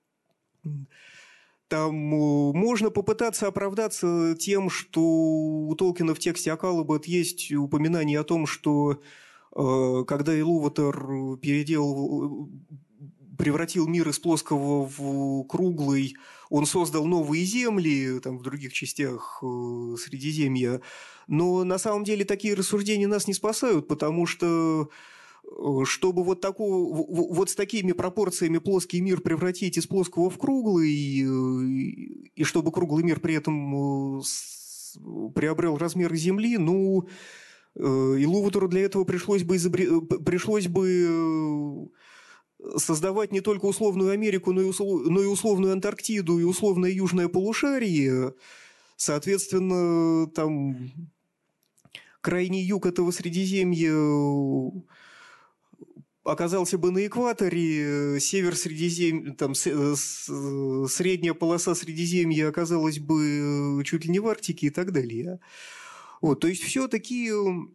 Там можно попытаться оправдаться тем, что у Толкина в тексте Акалабот есть упоминание о том, что э, когда Илуватар переделал, превратил мир из плоского в круглый, он создал новые земли там, в других частях э, Средиземья. Но на самом деле такие рассуждения нас не спасают, потому что чтобы вот, такого, вот с такими пропорциями плоский мир превратить из плоского в круглый, и чтобы круглый мир при этом приобрел размеры Земли, ну, Илуватару для этого пришлось бы, изобре... пришлось бы создавать не только условную Америку, но и, услов... но и условную Антарктиду и условное Южное полушарие. Соответственно, там крайний юг этого Средиземья оказался бы на экваторе, север Средиземья, там, средняя полоса Средиземья оказалась бы чуть ли не в Арктике и так далее. Вот, то есть все-таки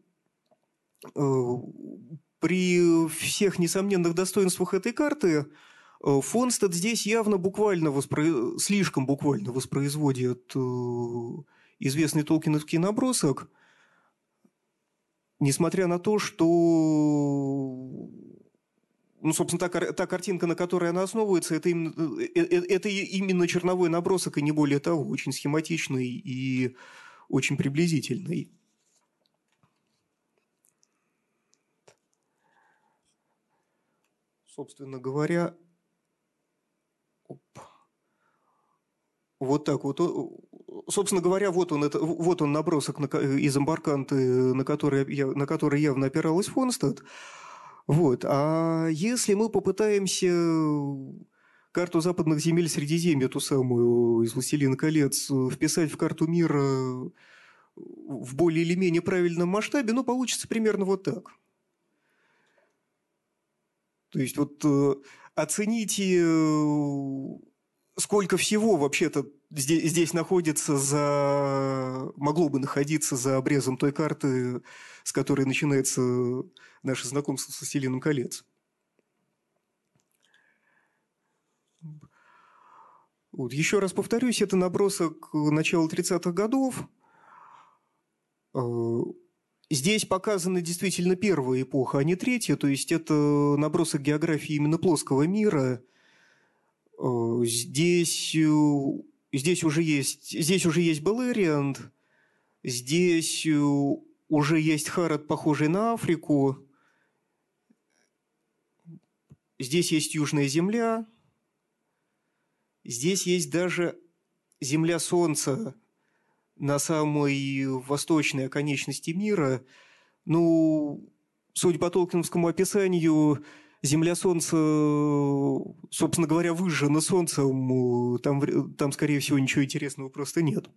э, при всех несомненных достоинствах этой карты Фонстед здесь явно буквально, воспро... слишком буквально воспроизводит э, известный толкиновский набросок, несмотря на то, что, ну, собственно, та, та картинка, на которой она основывается, это именно, это именно черновой набросок, и не более того, очень схематичный и очень приблизительный. Собственно говоря, оп. Вот так вот. Собственно говоря, вот он, это, вот он набросок из Амбарканты, на который, на который явно опиралась Фонстед. Вот. А если мы попытаемся карту западных земель Средиземья, ту самую из «Властелина колец», вписать в карту мира в более или менее правильном масштабе, ну, получится примерно вот так. То есть вот оцените, сколько всего вообще-то здесь, здесь находится за... могло бы находиться за обрезом той карты, с которой начинается наше знакомство с «Властелином колец». Вот. Еще раз повторюсь, это набросок начала тридцатых годов. Здесь показана действительно первая эпоха, а не третья. То есть это набросок географии именно плоского мира. Здесь, здесь, уже, есть, здесь уже есть Белерианд. Здесь уже есть Харад, похожий на Африку. Здесь есть Южная Земля. Здесь есть даже Земля Солнца на самой восточной оконечности мира. Ну, судя по толкиновскому описанию, Земля Солнца, собственно говоря, выжжена Солнцем. Там, там, скорее всего, ничего интересного просто нет.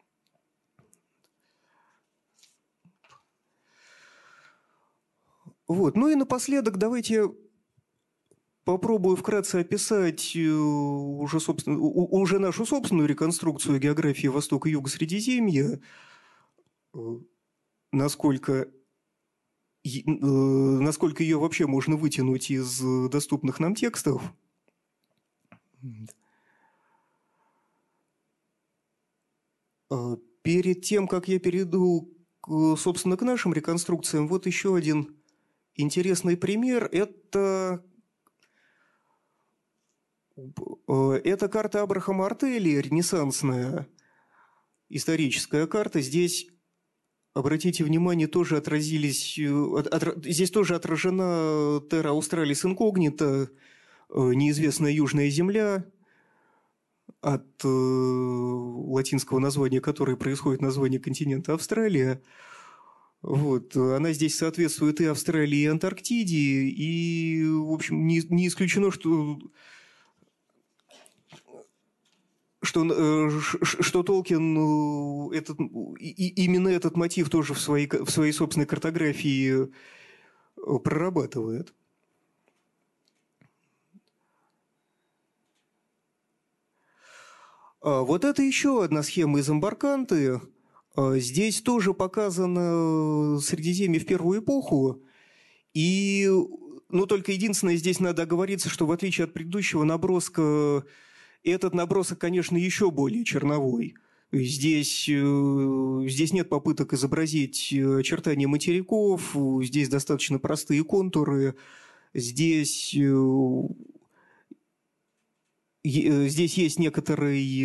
Вот. Ну и напоследок давайте попробую вкратце описать уже, собственно, уже нашу собственную реконструкцию географии Востока и Юга Средиземья, насколько, насколько ее вообще можно вытянуть из доступных нам текстов. Перед тем, как я перейду, собственно, к нашим реконструкциям, вот еще один интересный пример. Это Это карта Абрахама Артели, ренессансная историческая карта. Здесь, обратите внимание, тоже отразились... От, здесь тоже отражена Terra Australis Incognita, неизвестная Южная Земля, от э, латинского названия которой происходит название континента Австралия. Вот. Она здесь соответствует и Австралии, и Антарктиде, и, в общем, не, не исключено, что, что, что Толкин этот, и, именно этот мотив тоже в своей, в своей собственной картографии прорабатывает. Вот это еще одна схема из Амбарканты. Здесь тоже показано Средиземье в первую эпоху. И, ну, только единственное, здесь надо оговориться, что в отличие от предыдущего наброска, этот набросок, конечно, еще более черновой. Здесь, здесь нет попыток изобразить очертания материков, здесь достаточно простые контуры, здесь... Здесь есть некоторый,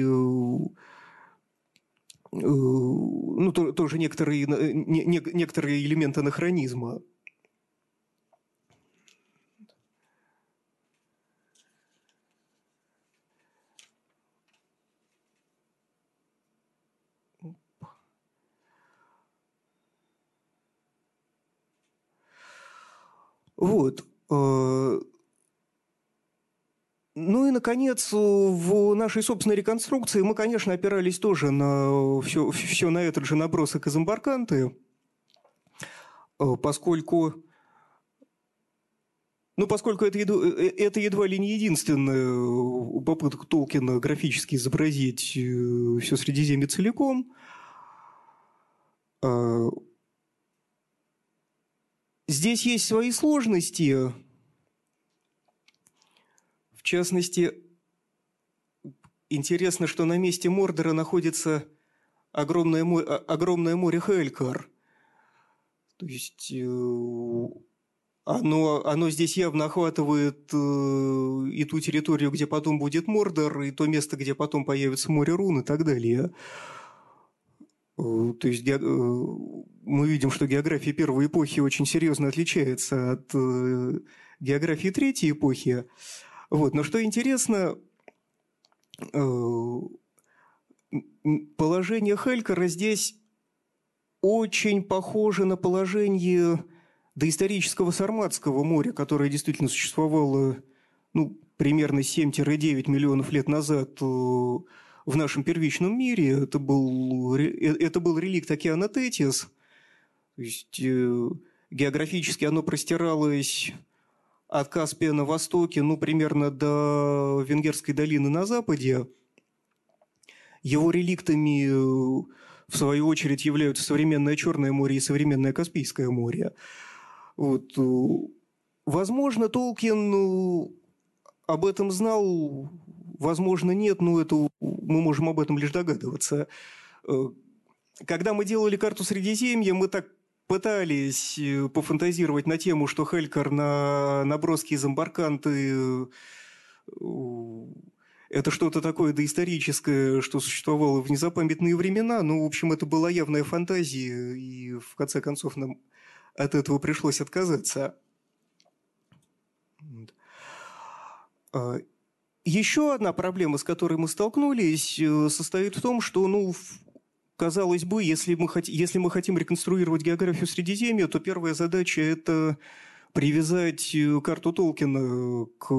ну, тоже некоторые, некоторые элементы анахронизма. Вот. Ну и, наконец, в нашей собственной реконструкции мы, конечно, опирались тоже на все, все на этот же набросок из Амбарканты, поскольку, ну, поскольку это, это едва ли не единственная попытка Толкина графически изобразить все Средиземье целиком. Здесь есть свои сложности. В частности, интересно, что на месте Мордора находится огромное море, огромное море Хелькар. То есть оно, оно здесь явно охватывает и ту территорию, где потом будет Мордор, и то место, где потом появится море Рун и так далее. То есть мы видим, что география первой эпохи очень серьезно отличается от географии третьей эпохи. Вот. Но что интересно, положение Хелькара здесь очень похоже на положение доисторического Сарматского моря, которое действительно существовало, ну, примерно семь-девять миллионов лет назад в нашем первичном мире. Это был, это был реликт океана Тетис. То есть географически оно простиралось от Каспия на востоке, ну, примерно до Венгерской долины на западе. Его реликтами, в свою очередь, являются современное Черное море и современное Каспийское море. Вот. Возможно, Толкин об этом знал, возможно, нет, но это, мы можем об этом лишь догадываться. Когда мы делали карту Средиземья, мы так пытались пофантазировать на тему, что Хелькар на наброске из Амбарканты это что-то такое доисторическое, что существовало в незапамятные времена. Ну, в общем, это была явная фантазия, и в конце концов нам от этого пришлось отказаться. Еще одна проблема, с которой мы столкнулись, состоит в том, что, ну, казалось бы, если мы, хот... если мы хотим реконструировать географию Средиземья, то первая задача – это привязать карту Толкина к,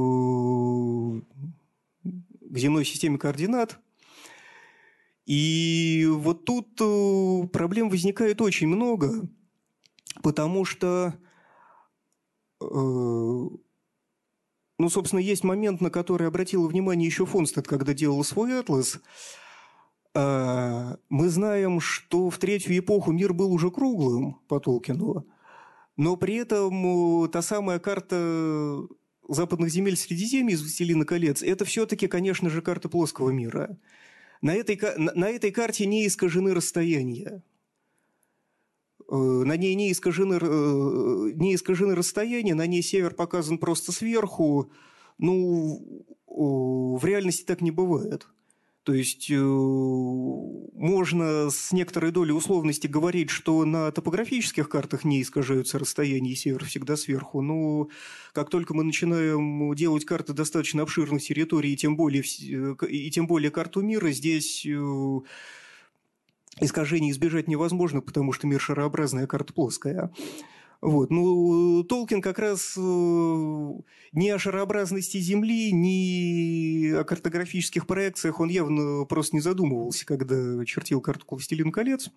к земной системе координат. И вот тут проблем возникает очень много, потому что, ну, собственно, есть момент, на который обратила внимание еще Фонстед, когда делал свой атлас. Мы знаем, что в третью эпоху мир был уже круглым по Толкину, но при этом та самая карта западных земель Средиземья из «Властелина колец» – это все-таки, конечно же, карта плоского мира. На этой, на этой карте не искажены расстояния. На ней не искажены, не искажены расстояния, на ней север показан просто сверху. Ну, в реальности так не бывает. То есть можно с некоторой долей условности говорить, что на топографических картах не искажаются расстояния, и север всегда сверху. Но как только мы начинаем делать карты достаточно обширных территорий, и тем более, и тем более карту мира, здесь искажений избежать невозможно, потому что мир шарообразный, а карта плоская. Вот. Ну, Толкин как раз ни о шарообразности Земли, ни о картографических проекциях он явно просто не задумывался, когда чертил карту «Властелин колец».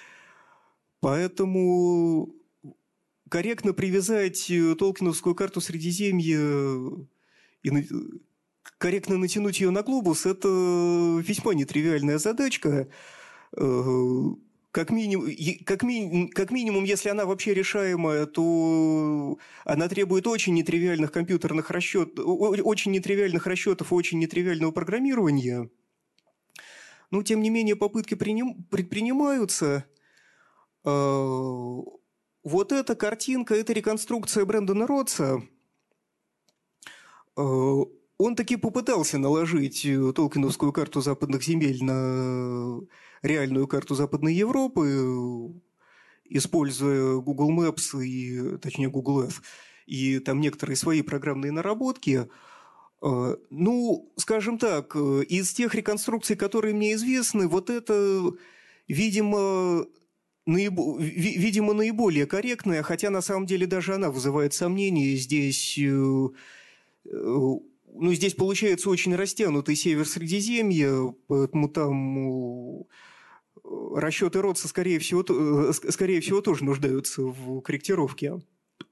Поэтому корректно привязать толкиновскую карту Средиземья и корректно натянуть ее на глобус – это весьма нетривиальная задачка. Как минимум, как, ми, как минимум, если она вообще решаемая, то она требует очень нетривиальных компьютерных расчетов, очень нетривиальных расчетов и очень нетривиального программирования. Но, тем не менее, попытки приним, предпринимаются. Вот эта картинка, это реконструкция Брэндона Ротса. Он таки попытался наложить толкиновскую карту западных земель на реальную карту Западной Европы, используя Google Maps, и, точнее Google Earth, и там некоторые свои программные наработки. Ну, скажем так, из тех реконструкций, которые мне известны, вот это, видимо, наибо, видимо наиболее корректная, хотя на самом деле даже она вызывает сомнения. Здесь... Ну, здесь получается очень растянутый север Средиземья, поэтому там расчеты Ротса, скорее всего, скорее всего, тоже нуждаются в корректировке.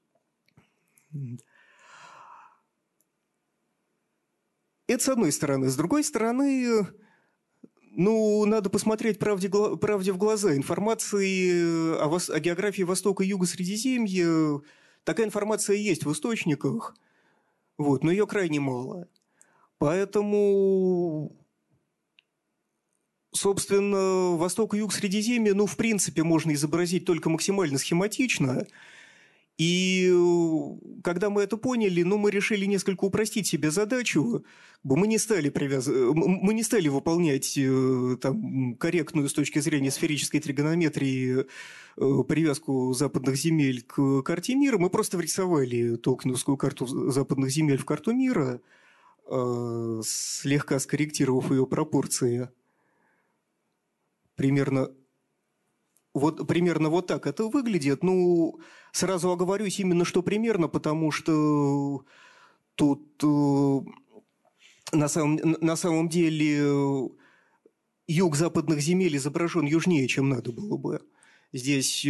Это с одной стороны. С другой стороны, ну, надо посмотреть правде, правде в глаза. Информации о, о географии Востока и Юга Средиземья, такая информация есть в источниках. Вот, но ее крайне мало. Поэтому, собственно, Восток и Юг Средиземья, ну, в принципе, можно изобразить только максимально схематично. И когда мы это поняли, ну, мы решили несколько упростить себе задачу. Мы не стали, привяз... мы не стали выполнять там, корректную с точки зрения сферической тригонометрии привязку западных земель к карте мира. Мы просто врисовали толкиновскую карту западных земель в карту мира, слегка скорректировав ее пропорции. Примерно вот, примерно вот так это выглядит. Ну, сразу оговорюсь именно, что примерно, потому что тут на самом, на самом деле юг западных земель изображен южнее, чем надо было бы. Здесь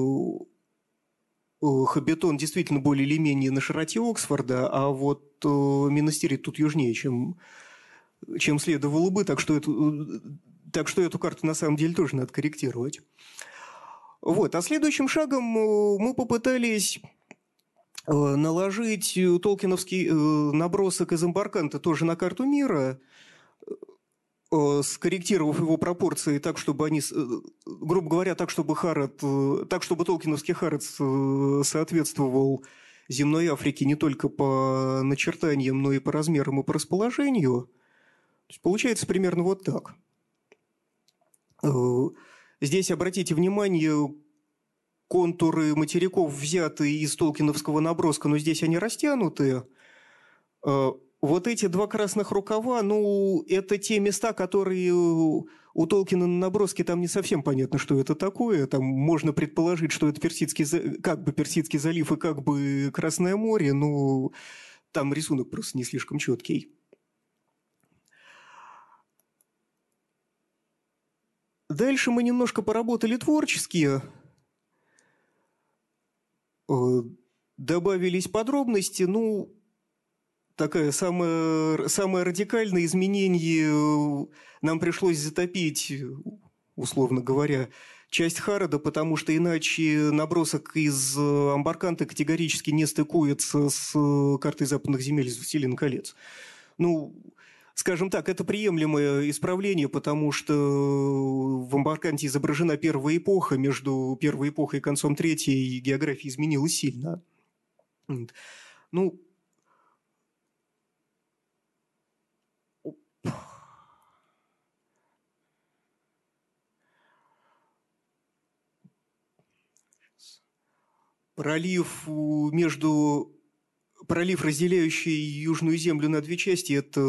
Хоббитон действительно более или менее на широте Оксфорда, а вот Минастерит тут южнее, чем, чем следовало бы, так что, эту, так что эту карту на самом деле тоже надо корректировать. Вот. А следующим шагом мы попытались наложить толкиновский набросок из Амбарканта тоже на карту мира, скорректировав его пропорции так, чтобы они, грубо говоря, так, чтобы Харрод, так, чтобы толкиновский Харрод соответствовал земной Африке не только по начертаниям, но и по размерам и по расположению. То есть получается примерно вот так. Здесь, обратите внимание, контуры материков взяты из толкиновского наброска, но здесь они растянуты. Вот эти два красных рукава, ну, это те места, которые у Толкина на наброске, там не совсем понятно, что это такое. Там можно предположить, что это Персидский, как бы Персидский залив и как бы Красное море, но там рисунок просто не слишком четкий. Дальше мы немножко поработали творчески. Добавились подробности, ну... Такое самое, самое радикальное изменение нам пришлось затопить, условно говоря, часть Харрода, потому что иначе набросок из Амбарканта категорически не стыкуется с картой западных земель из «Властелина колец». Ну, скажем так, это приемлемое исправление, потому что в Амбарканте изображена первая эпоха, между первой эпохой и концом третьей география изменилась сильно. Ну, Пролив между... Пролив, разделяющий Южную Землю на две части, это,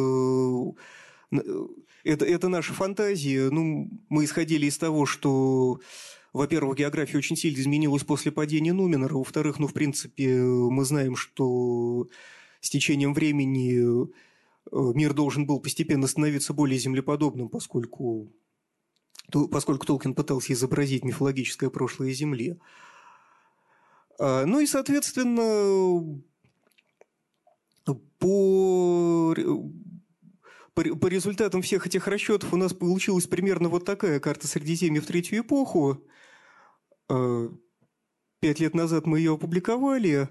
это, это наша фантазия. Ну, мы исходили из того, что, во-первых, география очень сильно изменилась после падения Нуменора, во-вторых, ну, в принципе, мы знаем, что с течением времени мир должен был постепенно становиться более землеподобным, поскольку, поскольку Толкин пытался изобразить мифологическое прошлое Земли. Ну и, соответственно, по, по, по результатам всех этих расчетов у нас получилась примерно вот такая карта Средиземья в третью эпоху. Пять лет назад мы ее опубликовали.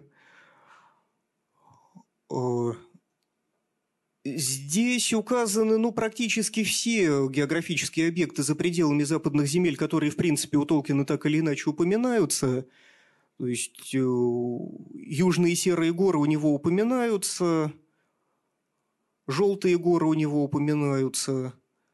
Здесь указаны, ну, практически все географические объекты за пределами западных земель, которые, в принципе, у Толкина так или иначе упоминаются. То есть э, южные серые горы у него упоминаются, желтые горы у него упоминаются,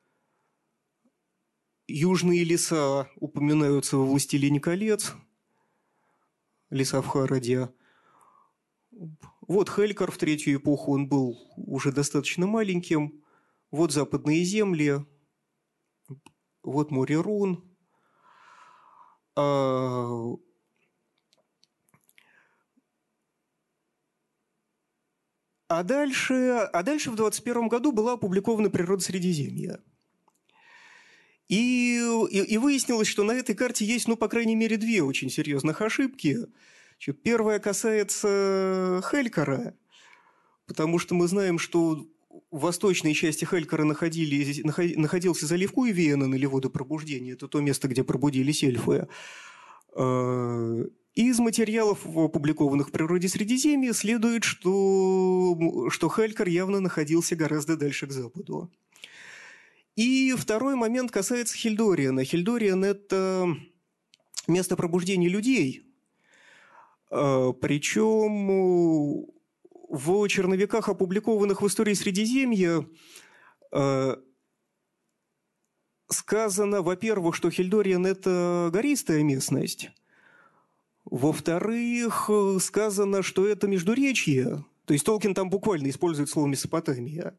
южные леса упоминаются во «Властелине колец», леса в Хараде. Вот Хелькар в третью эпоху, он был уже достаточно маленьким. Вот западные земли, вот море Рун. А... А дальше, а дальше в двадцать первом году была опубликована «Природа Средиземья». И, и, и выяснилось, что на этой карте есть, ну, по крайней мере, две очень серьезных ошибки. Значит, первая касается Хелькара, потому что мы знаем, что в восточной части Хелькара находились, находился залив Куйвиена или воды пробуждения. Это то место, где пробудились эльфы. Из материалов, опубликованных в «Природе Средиземья», следует, что, что Хелькар явно находился гораздо дальше к западу. И второй момент касается Хильдориана. Хильдориан – это место пробуждения людей. Причем в черновиках, опубликованных в «Истории Средиземья», сказано, во-первых, что Хильдориан – это гористая местность. Во-вторых, сказано, что это междуречье. То есть Толкин там буквально использует слово «Месопотамия».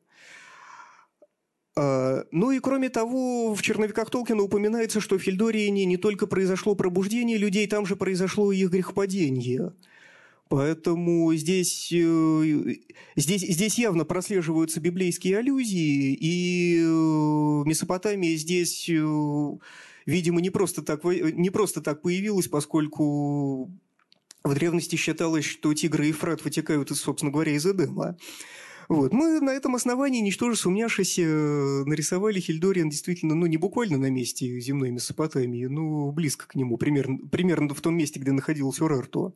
Ну и кроме того, в черновиках Толкина упоминается, что в Хильдориане не только произошло пробуждение людей, там же произошло и их грехопадение. Поэтому здесь, здесь, здесь явно прослеживаются библейские аллюзии, и Месопотамия здесь... Видимо, не просто, так, не просто так появилась, поскольку в древности считалось, что Тигр и Ефрат вытекают, собственно говоря, из Эдема. Вот. Мы на этом основании, ничтоже сумняшися, нарисовали Хильдориан действительно, ну, не буквально на месте земной Месопотамии, но близко к нему, примерно, примерно в том месте, где находился Урарту.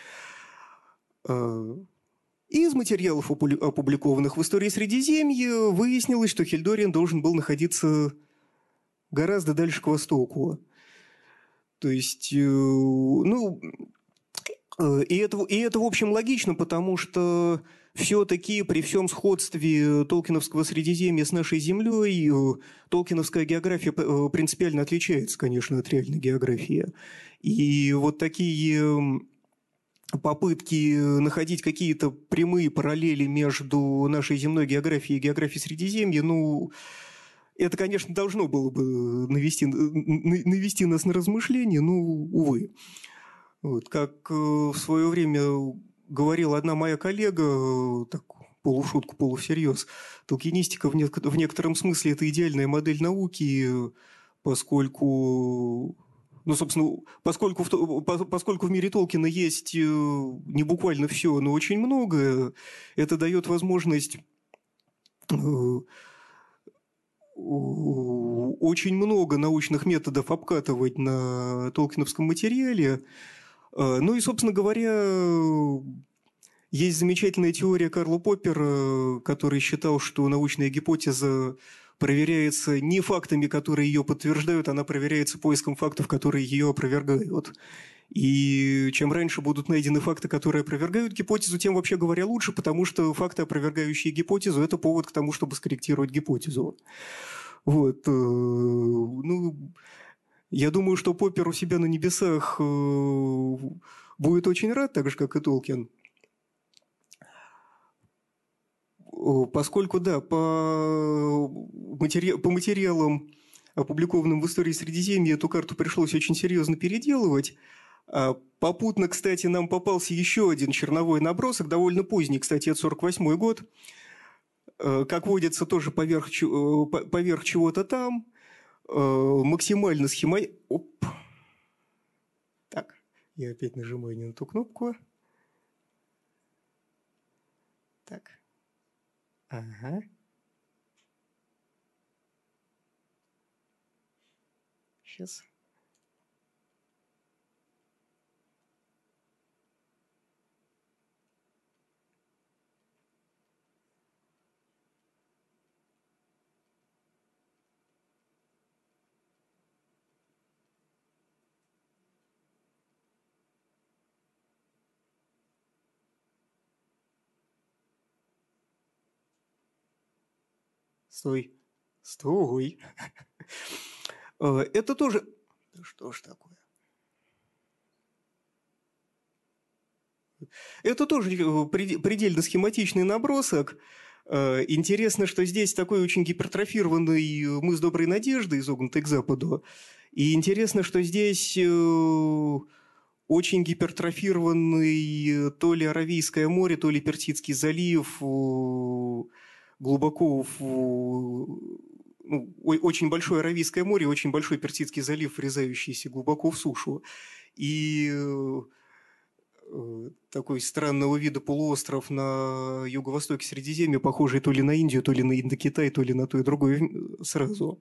Из материалов, опубликованных в «Истории Средиземья», выяснилось, что Хильдориан должен был находиться гораздо дальше к востоку. То есть, ну, и это, и это, в общем, логично, потому что все-таки при всем сходстве толкиновского Средиземья с нашей Землей, толкиновская география принципиально отличается, конечно, от реальной географии. И вот такие попытки находить какие-то прямые параллели между нашей земной географией и географией Средиземья, ну... Это, конечно, должно было бы навести, навести нас на размышления, но, увы. Вот, как в свое время говорила одна моя коллега, так, полушутку, полусерьез, толкинистика в, не, в некотором смысле это идеальная модель науки, поскольку, ну, собственно, поскольку в, поскольку в мире Толкина есть не буквально все, но очень много, это дает возможность... очень много научных методов обкатывать на толкиновском материале. Ну и, собственно говоря, есть замечательная теория Карла Поппера, который считал, что научная гипотеза проверяется не фактами, которые ее подтверждают, она проверяется поиском фактов, которые ее опровергают. И чем раньше будут найдены факты, которые опровергают гипотезу, тем, вообще говоря, лучше, потому что факты, опровергающие гипотезу, это повод к тому, чтобы скорректировать гипотезу. Вот. Ну, я думаю, что Поппер у себя на небесах будет очень рад, так же, как и Толкин. Поскольку, да, по, матери... по материалам, опубликованным в истории Средиземья, эту карту пришлось очень серьезно переделывать. Попутно, кстати, нам попался еще один черновой набросок, довольно поздний, кстати, это сорок восьмой год. Как водится, тоже поверх, поверх чего-то там. Максимально схема... Оп. Так, я опять нажимаю не на ту кнопку. Так. Ага. Сейчас. Стой. Стой. Это тоже... Что ж такое? Это тоже предельно схематичный набросок. Интересно, что здесь такой очень гипертрофированный мыс Доброй Надежды, изогнутый к западу. И интересно, что здесь очень гипертрофированный то ли Аравийское море, то ли Персидский залив, глубоко в, ну, очень большое Аравийское море, очень большой Персидский залив, врезающийся глубоко в сушу. И такой странного вида полуостров на юго-востоке Средиземья, похожий то ли на Индию, то ли на Индокитай, то ли на то и другое сразу.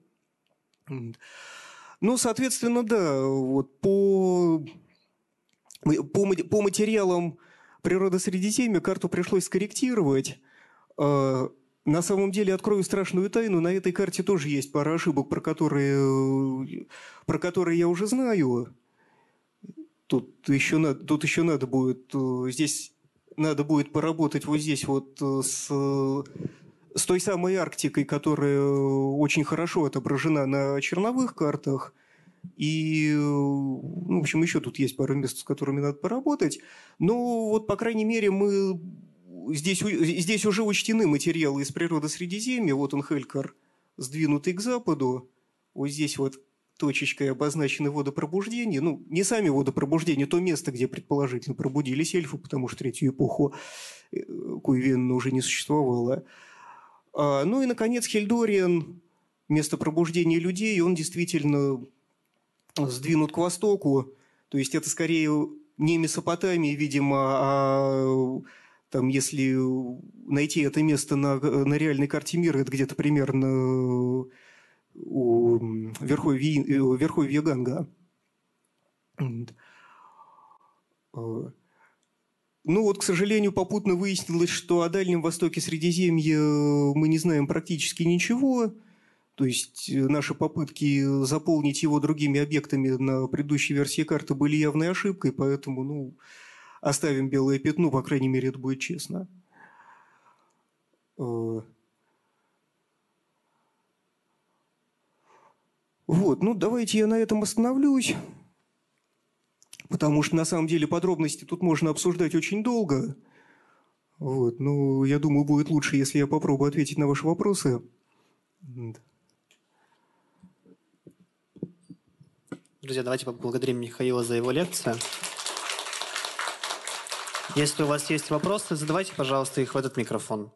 Ну, соответственно, да, вот по, по, по материалам природы Средиземья карту пришлось скорректировать. На самом деле, открою страшную тайну, на этой карте тоже есть пара ошибок, про которые, про которые я уже знаю. Тут еще, надо, тут еще надо будет, здесь надо будет поработать вот здесь вот с, с той самой Арктикой, которая очень хорошо отображена на черновых картах. И, ну, в общем, еще тут есть пара мест, с которыми надо поработать. Но вот, по крайней мере, мы... Здесь, здесь уже учтены материалы из природы Средиземья. Вот он, Хелькар, сдвинутый к западу. Вот здесь вот точечкой обозначены водопробуждения. Ну, не сами водопробуждения, то место, где предположительно пробудились эльфы, потому что третью эпоху Куйвенна уже не существовало. А, ну и, наконец, Хельдориан, место пробуждения людей, он действительно сдвинут к востоку. То есть это скорее не Месопотамия, видимо, а... Там, если найти это место на, на реальной карте мира, это где-то примерно у верховья, верховья Ганга. Ну вот, к сожалению, попутно выяснилось, что о Дальнем Востоке Средиземья мы не знаем практически ничего. То есть наши попытки заполнить его другими объектами на предыдущей версии карты были явной ошибкой, поэтому, ну... Оставим белое пятно, по крайней мере, это будет честно. Вот, ну давайте я на этом остановлюсь, потому что на самом деле подробности тут можно обсуждать очень долго. Вот, но я думаю, будет лучше, если я попробую ответить на ваши вопросы. Друзья, давайте поблагодарим Михаила за его лекцию. Если у вас есть вопросы, задавайте, пожалуйста, их в этот микрофон.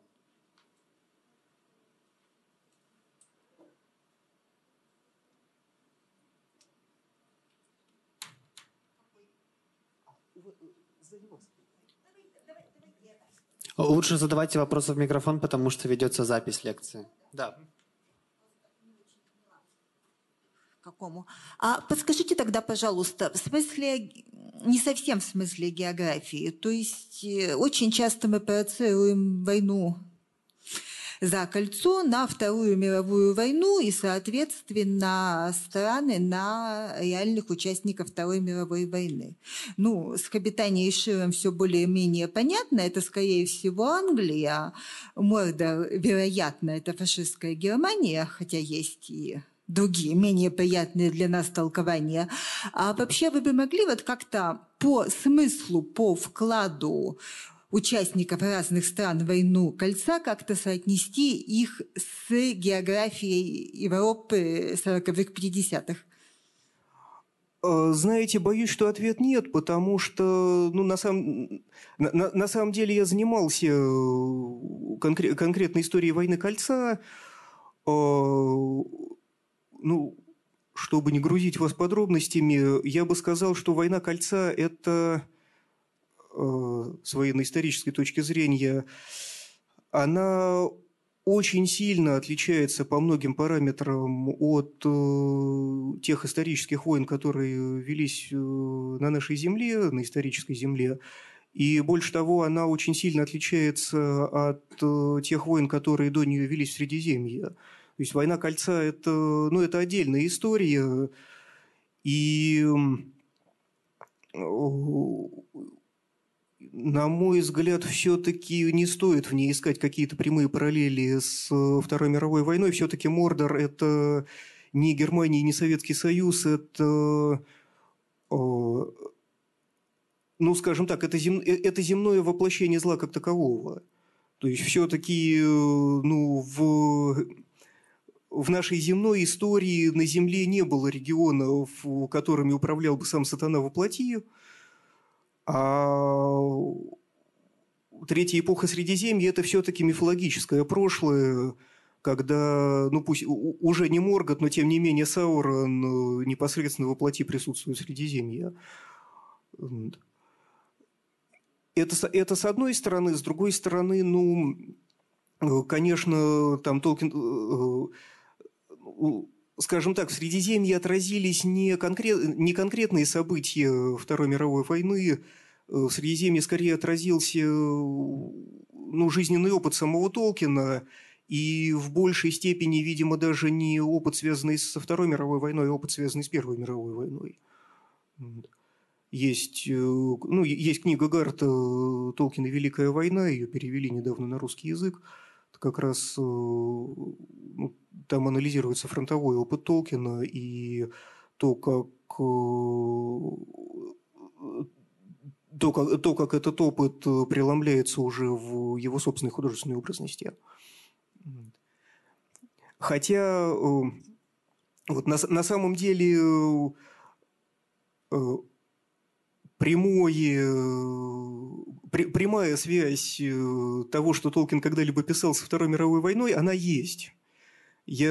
Лучше задавайте вопросы в микрофон, потому что ведется запись лекции. Да. Какому? А подскажите тогда, пожалуйста, в смысле, не совсем в смысле географии, то есть очень часто мы проецируем войну за кольцо на Вторую мировую войну и, соответственно, страны на реальных участников Второй мировой войны. Ну, с Капитанией Широм все более-менее понятно, это, скорее всего, Англия, Мордор, вероятно, это фашистская Германия, хотя есть и другие, менее приятные для нас толкования. А вообще вы бы могли вот как-то по смыслу, по вкладу участников разных стран «Войну кольца» как-то соотнести их с географией Европы сороковых-пятидесятых? Знаете, боюсь, что ответ нет, потому что ну, на, самом, на, на, на самом деле я занимался конкре- конкретной историей «Войны кольца». Ну, чтобы не грузить вас подробностями, я бы сказал, что «Война кольца» – это, с военно-исторической точки зрения, она очень сильно отличается по многим параметрам от э, тех исторических войн, которые велись э, на нашей земле, на исторической земле. И больше того, она очень сильно отличается от э, тех войн, которые до нее велись в Средиземье. То есть «Война кольца» – это, ну, это отдельная история. И э, на мой взгляд, все-таки не стоит в ней искать какие-то прямые параллели с Второй мировой войной. Все-таки Мордор – это не Германия, не Советский Союз, это, ну, скажем так, это, зем... это земное воплощение зла как такового. То есть все-таки ну, в... в нашей земной истории на Земле не было регионов, которыми управлял бы сам сатана во плоти. А третья эпоха Средиземья – это все-таки мифологическое прошлое, когда, ну пусть уже не Моргот, но тем не менее Саурон непосредственно во плоти присутствует в Средиземье. Это, это с одной стороны. С другой стороны, ну, конечно, там Толкин... Скажем так, в Средиземье отразились не, конкрет, не конкретные события Второй мировой войны. В Средиземье скорее отразился ну, жизненный опыт самого Толкина. И в большей степени, видимо, даже не опыт, связанный со Второй мировой войной, а опыт, связанный с Первой мировой войной. Есть, ну, есть книга Гарта «Толкин и Великая война». Ее перевели недавно на русский язык. Как раз ну, там анализируется фронтовой опыт Толкина и то, как, то, как, то, как этот опыт преломляется уже в его собственной художественной образности. Хотя вот на, на самом деле прямое, прямая связь того, что Толкин когда-либо писал со Второй мировой войной, она есть. Я,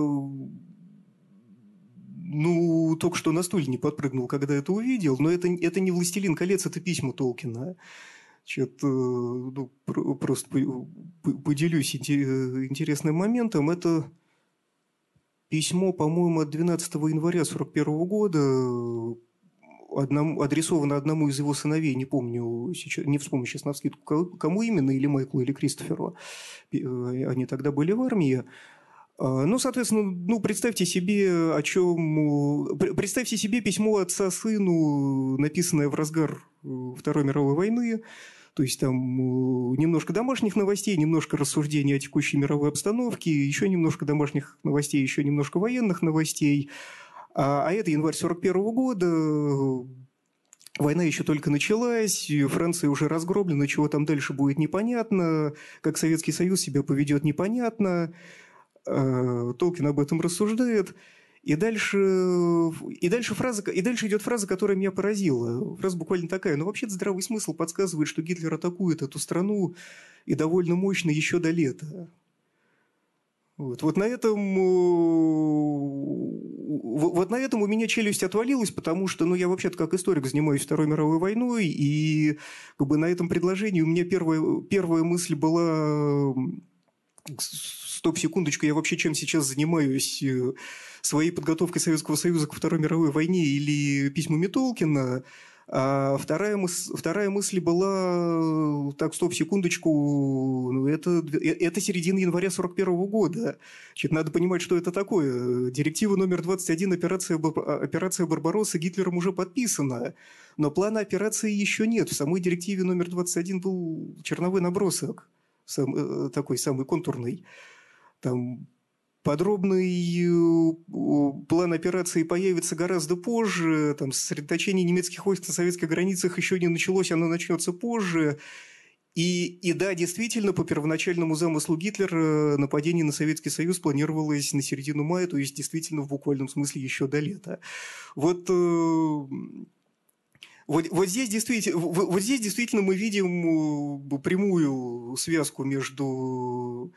ну, только что на стуле не подпрыгнул, когда это увидел, но это, это не «Властелин колец», это письма Толкина. Значит, ну, просто поделюсь интересным моментом. Это письмо, по-моему, от двенадцатого января сорок первого года, Одному, адресовано одному из его сыновей, не помню, сейчас, не вспомню сейчас навскидку, кому именно, или Майклу, или Кристоферу. Они тогда были в армии. Ну, соответственно, ну, представьте себе, о чем... Представьте себе письмо отца сыну, написанное в разгар Второй мировой войны. То есть там немножко домашних новостей, немножко рассуждений о текущей мировой обстановке, еще немножко домашних новостей, еще немножко военных новостей. А это январь сорок первого года, война еще только началась, Франция уже разгромлена, чего там дальше будет непонятно, как Советский Союз себя поведет непонятно. Толкин об этом рассуждает. И дальше, и, дальше фраза, и дальше идет фраза, которая меня поразила. Фраза буквально такая. Но вообще-то здравый смысл подсказывает, что Гитлер атакует эту страну и довольно мощно еще до лета. Вот, вот, на этом, вот на этом у меня челюсть отвалилась, потому что ну, я вообще-то как историк занимаюсь Второй мировой войной, и как бы, на этом предложении у меня первая, первая мысль была... Стоп, секундочку, я вообще чем сейчас занимаюсь? Своей подготовкой Советского Союза к Второй мировой войне или письмами Толкина? А вторая, мыс... вторая мысль была, так, стоп, секундочку, ну, это, это середина января сорок первого года. Значит, надо понимать, что это такое. Директива номер двадцать один, операция, операция «Барбаросса» Гитлером уже подписана, но плана операции еще нет. В самой директиве номер двадцать один был черновой набросок, сам, такой самый контурный. Там Подробный план операции появится гораздо позже. Там сосредоточение немецких войск на советских границах еще не началось, оно начнется позже. И, и да, действительно, по первоначальному замыслу Гитлера нападение на Советский Союз планировалось на середину мая, то есть действительно в буквальном смысле еще до лета. Вот... Вот, вот, здесь действительно, вот, вот здесь действительно мы видим прямую связку между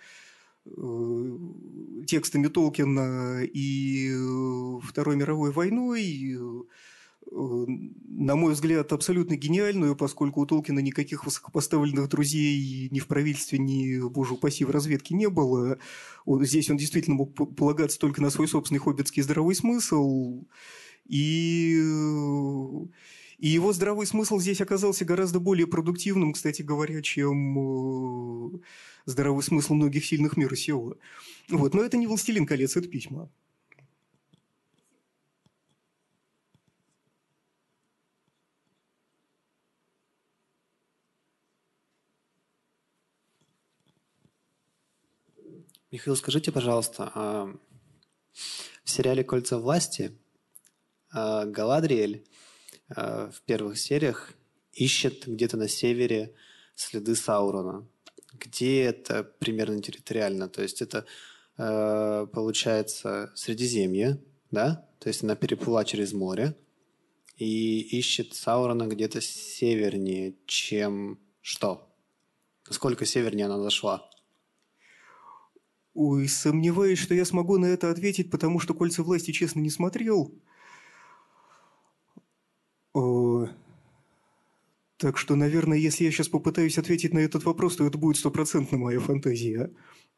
текстами Толкина и Второй мировой войной, на мой взгляд, абсолютно гениальную, поскольку у Толкина никаких высокопоставленных друзей ни в правительстве, ни, боже упаси, в разведке не было. Здесь он действительно мог полагаться только на свой собственный хоббитский здравый смысл. И... И его здравый смысл здесь оказался гораздо более продуктивным, кстати говоря, чем здравый смысл многих сильных мира сего. Вот. Но это не «Властелин колец», это письма. Михаил, скажите, пожалуйста, а в сериале «Кольца власти» Галадриэль в первых сериях ищет где-то на севере следы Саурона. Где это примерно территориально? То есть это, получается, Средиземье, да? То есть она переплыла через море и ищет Саурона где-то севернее, чем что? Насколько севернее она зашла? Ой, сомневаюсь, что я смогу на это ответить, потому что «Кольца власти», честно, не смотрел. Так что, наверное, если я сейчас попытаюсь ответить на этот вопрос, то это будет стопроцентно моя фантазия.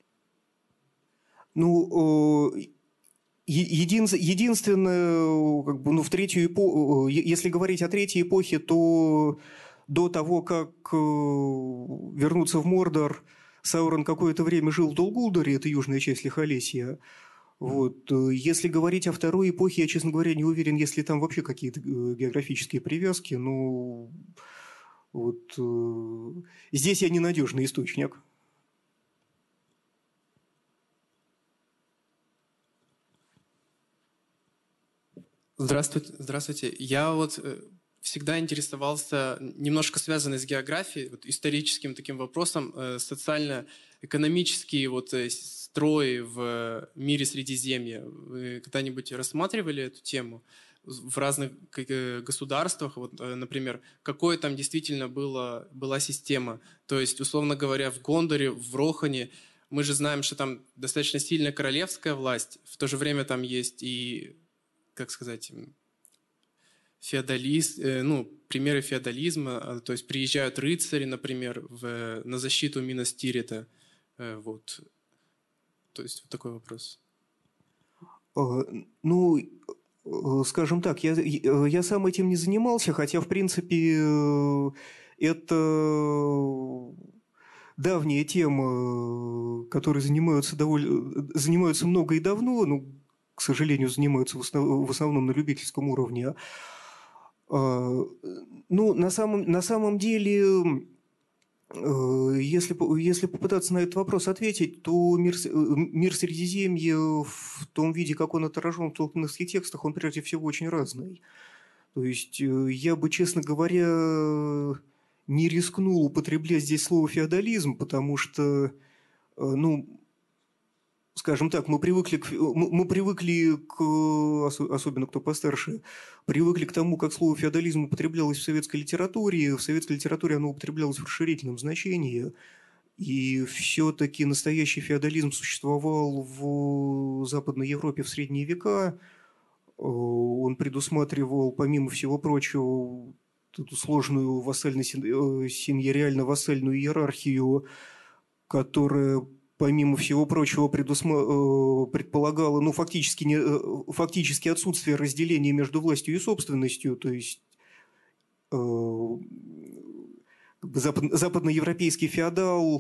Ну, един, единственное, как бы, ну, в третью эпоху, если говорить о третьей эпохе, то до того, как вернуться в Мордор, Саурон какое-то время жил в Долгулдоре, это южная часть Лихолесья. Вот. Если говорить о второй эпохе, я, честно говоря, не уверен, есть ли там вообще какие-то географические привязки. Но вот здесь я ненадежный источник. Здравствуйте. Здравствуйте. Я вот всегда интересовался, немножко связанный с географией, вот, историческим таким вопросом, социально-экономические вот строи в мире Средиземья. Вы когда-нибудь рассматривали эту тему в разных государствах? Вот, например, какое там действительно было, была система? То есть, условно говоря, в Гондоре, в Рохане, мы же знаем, что там достаточно сильная королевская власть, в то же время там есть и, как сказать, феодализм, ну, примеры феодализма, то есть приезжают рыцари, например, в, на защиту Минас Тирита, вот. То есть вот такой вопрос. Ну, скажем так, я, я сам этим не занимался, хотя, в принципе, это давняя тема, которой занимаются, довольно, занимаются много и давно, но, к сожалению, занимаются в основном, в основном на любительском уровне. Ну, на самом, на самом деле... Если, если попытаться на этот вопрос ответить, то мир, мир Средиземья в том виде, как он отражен в толкиновских текстах, он прежде всего очень разный. То есть я бы, честно говоря, не рискнул употреблять здесь слово «феодализм», потому что, ну, скажем так, мы привыкли, к, мы привыкли к, особенно кто постарше, привыкли к тому, как слово «феодализм» употреблялось в советской литературе. В советской литературе оно употреблялось в расширительном значении. И все-таки настоящий феодализм существовал в Западной Европе в средние века. Он предусматривал, помимо всего прочего, эту сложную вассально-синьориально-вассальную иерархию, которая, помимо всего прочего, предусма... предполагала, ну, фактически, не... фактически отсутствие разделения между властью и собственностью, то есть э... Запад... западноевропейский феодал,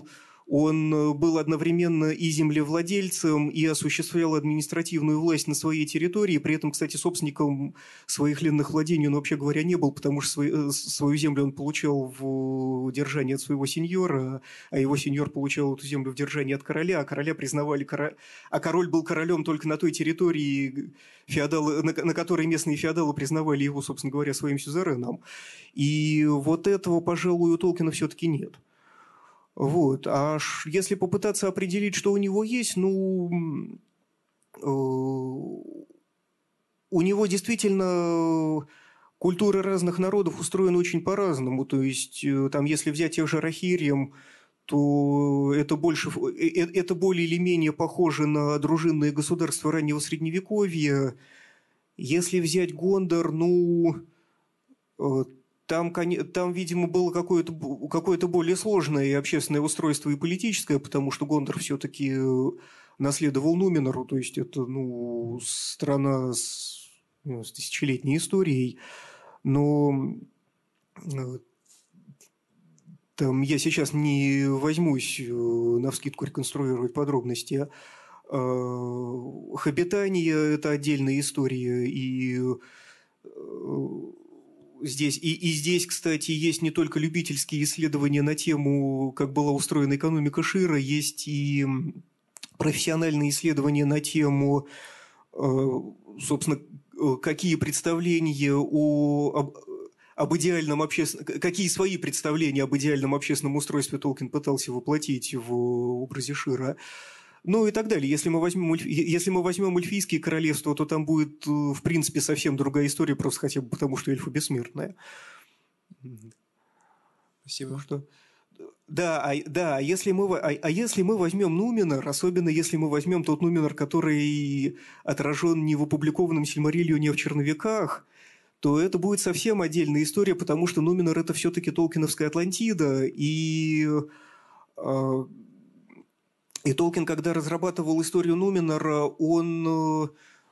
Он был одновременно и землевладельцем, и осуществлял административную власть на своей территории. При этом, кстати, собственником своих ленных владений он, вообще говоря, не был, потому что свою, свою землю он получал в держании от своего сеньора, а его сеньор получал эту землю в держании от короля, а короля признавали... Короля, а король был королем только на той территории, феодалы, на, на которой местные феодалы признавали его, собственно говоря, своим сюзереном. И вот этого, пожалуй, у Толкина все-таки нет. Вот. А если попытаться определить, что у него есть, ну, э, у него действительно культуры разных народов устроены очень по-разному. То есть, э, там, если взять тех же рахирим, то это, больше, э, это более или менее похоже на дружинные государства раннего Средневековья. Если взять Гондор, ну... Э, Там, там, видимо, было какое-то, какое-то более сложное и общественное устройство, и политическое, потому что Гондор все-таки наследовал Нуменору, то есть это, ну, страна с, ну, с тысячелетней историей. Но там я сейчас не возьмусь навскидку реконструировать подробности. Хоббитания – это отдельная история, и... Здесь, и, и здесь, кстати, есть не только любительские исследования на тему, как была устроена экономика Шира, есть и профессиональные исследования на тему, собственно, какие представления о, об, об идеальном общественном... Какие свои представления об идеальном общественном устройстве Толкин пытался воплотить в образе Шира. Ну и так далее. Если мы возьмем, если мы возьмем эльфийские королевства, то там будет, в принципе, совсем другая история, просто хотя бы потому, что эльфы бессмертные. Спасибо. Ну, что... Да, а, да а, если мы, а, а если мы возьмем Нуменор, особенно если мы возьмем тот Нуменор, который отражен не в опубликованном Сильмариллионе, а в черновиках, то это будет совсем отдельная история, потому что Нуменор – это все-таки толкиновская Атлантида, и... И Толкин, когда разрабатывал историю Нуменора, он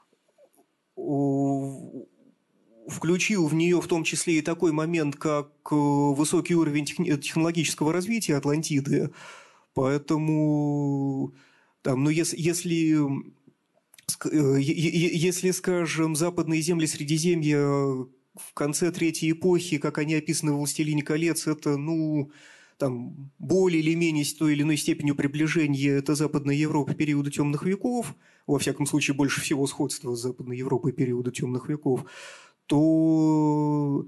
включил в нее в том числе и такой момент, как высокий уровень технологического развития Атлантиды. Поэтому, там, ну, если, если, если, скажем, западные земли Средиземья в конце Третьей эпохи, как они описаны в «Властелине колец», это, ну... Там, более или менее с той или иной степенью приближения это Западная Европа периода темных веков, во всяком случае больше всего сходства с Западной Европой периода темных веков, то,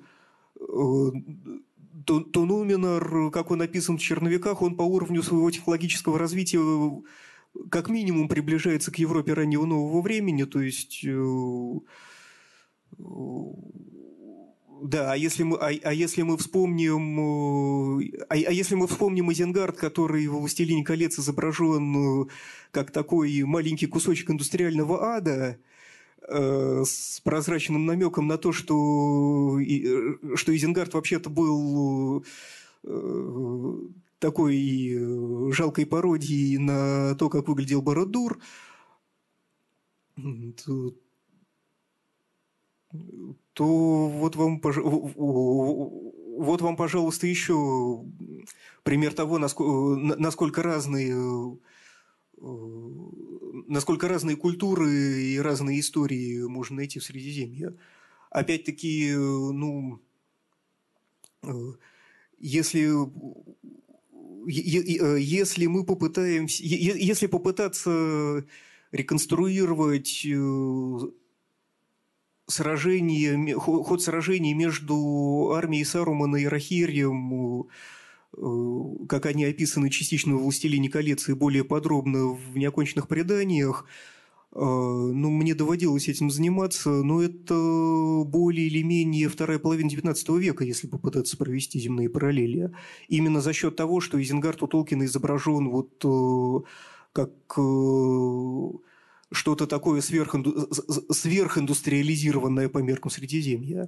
то, то Нуменор, как он описан в черновиках, он по уровню своего технологического развития как минимум приближается к Европе раннего нового времени, то есть... Да, а если мы, а, а если мы вспомним, а, а если мы вспомним Изенгард, который в «Властелине колец» изображен как такой маленький кусочек индустриального ада, э, с прозрачным намеком на то, что, что Изенгард вообще-то был э, такой жалкой пародией на то, как выглядел Бородур, то... то вот вам, вот вам, пожалуйста, еще пример того, насколько, насколько разные, насколько разные культуры и разные истории можно найти в Средиземье. Опять-таки, ну, если, если мы попытаемся, если попытаться реконструировать сражение, ход сражений между армией Сарумана и Рахирием, как они описаны частично в «Властелине колец» и более подробно в «Неоконченных преданиях», ну, мне доводилось этим заниматься, но это более или менее вторая половина девятнадцатого века, если попытаться провести земные параллели. Именно за счет того, что Изенгард у Толкина изображен вот как... что-то такое сверхинду... сверхиндустриализированное по меркам Средиземья.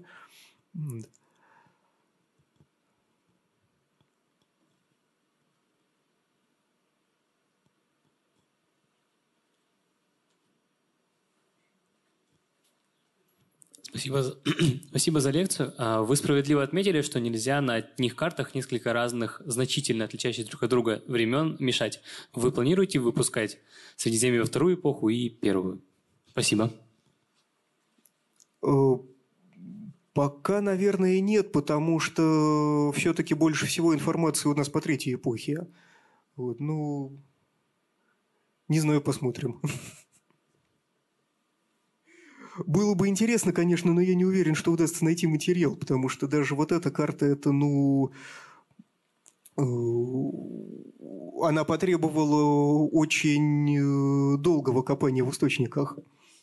Спасибо за, спасибо за лекцию. Вы справедливо отметили, что нельзя на одних картах несколько разных, значительно отличающихся друг от друга времен мешать. Вы планируете выпускать Средиземье во вторую эпоху и первую? Спасибо. Пока, наверное, нет, потому что все-таки больше всего информации у нас по третьей эпохе. Вот, ну, не знаю, посмотрим. Было бы интересно, конечно, но я не уверен, что удастся найти материал, потому что даже вот эта карта, это, ну, она потребовала очень долгого копания в источниках.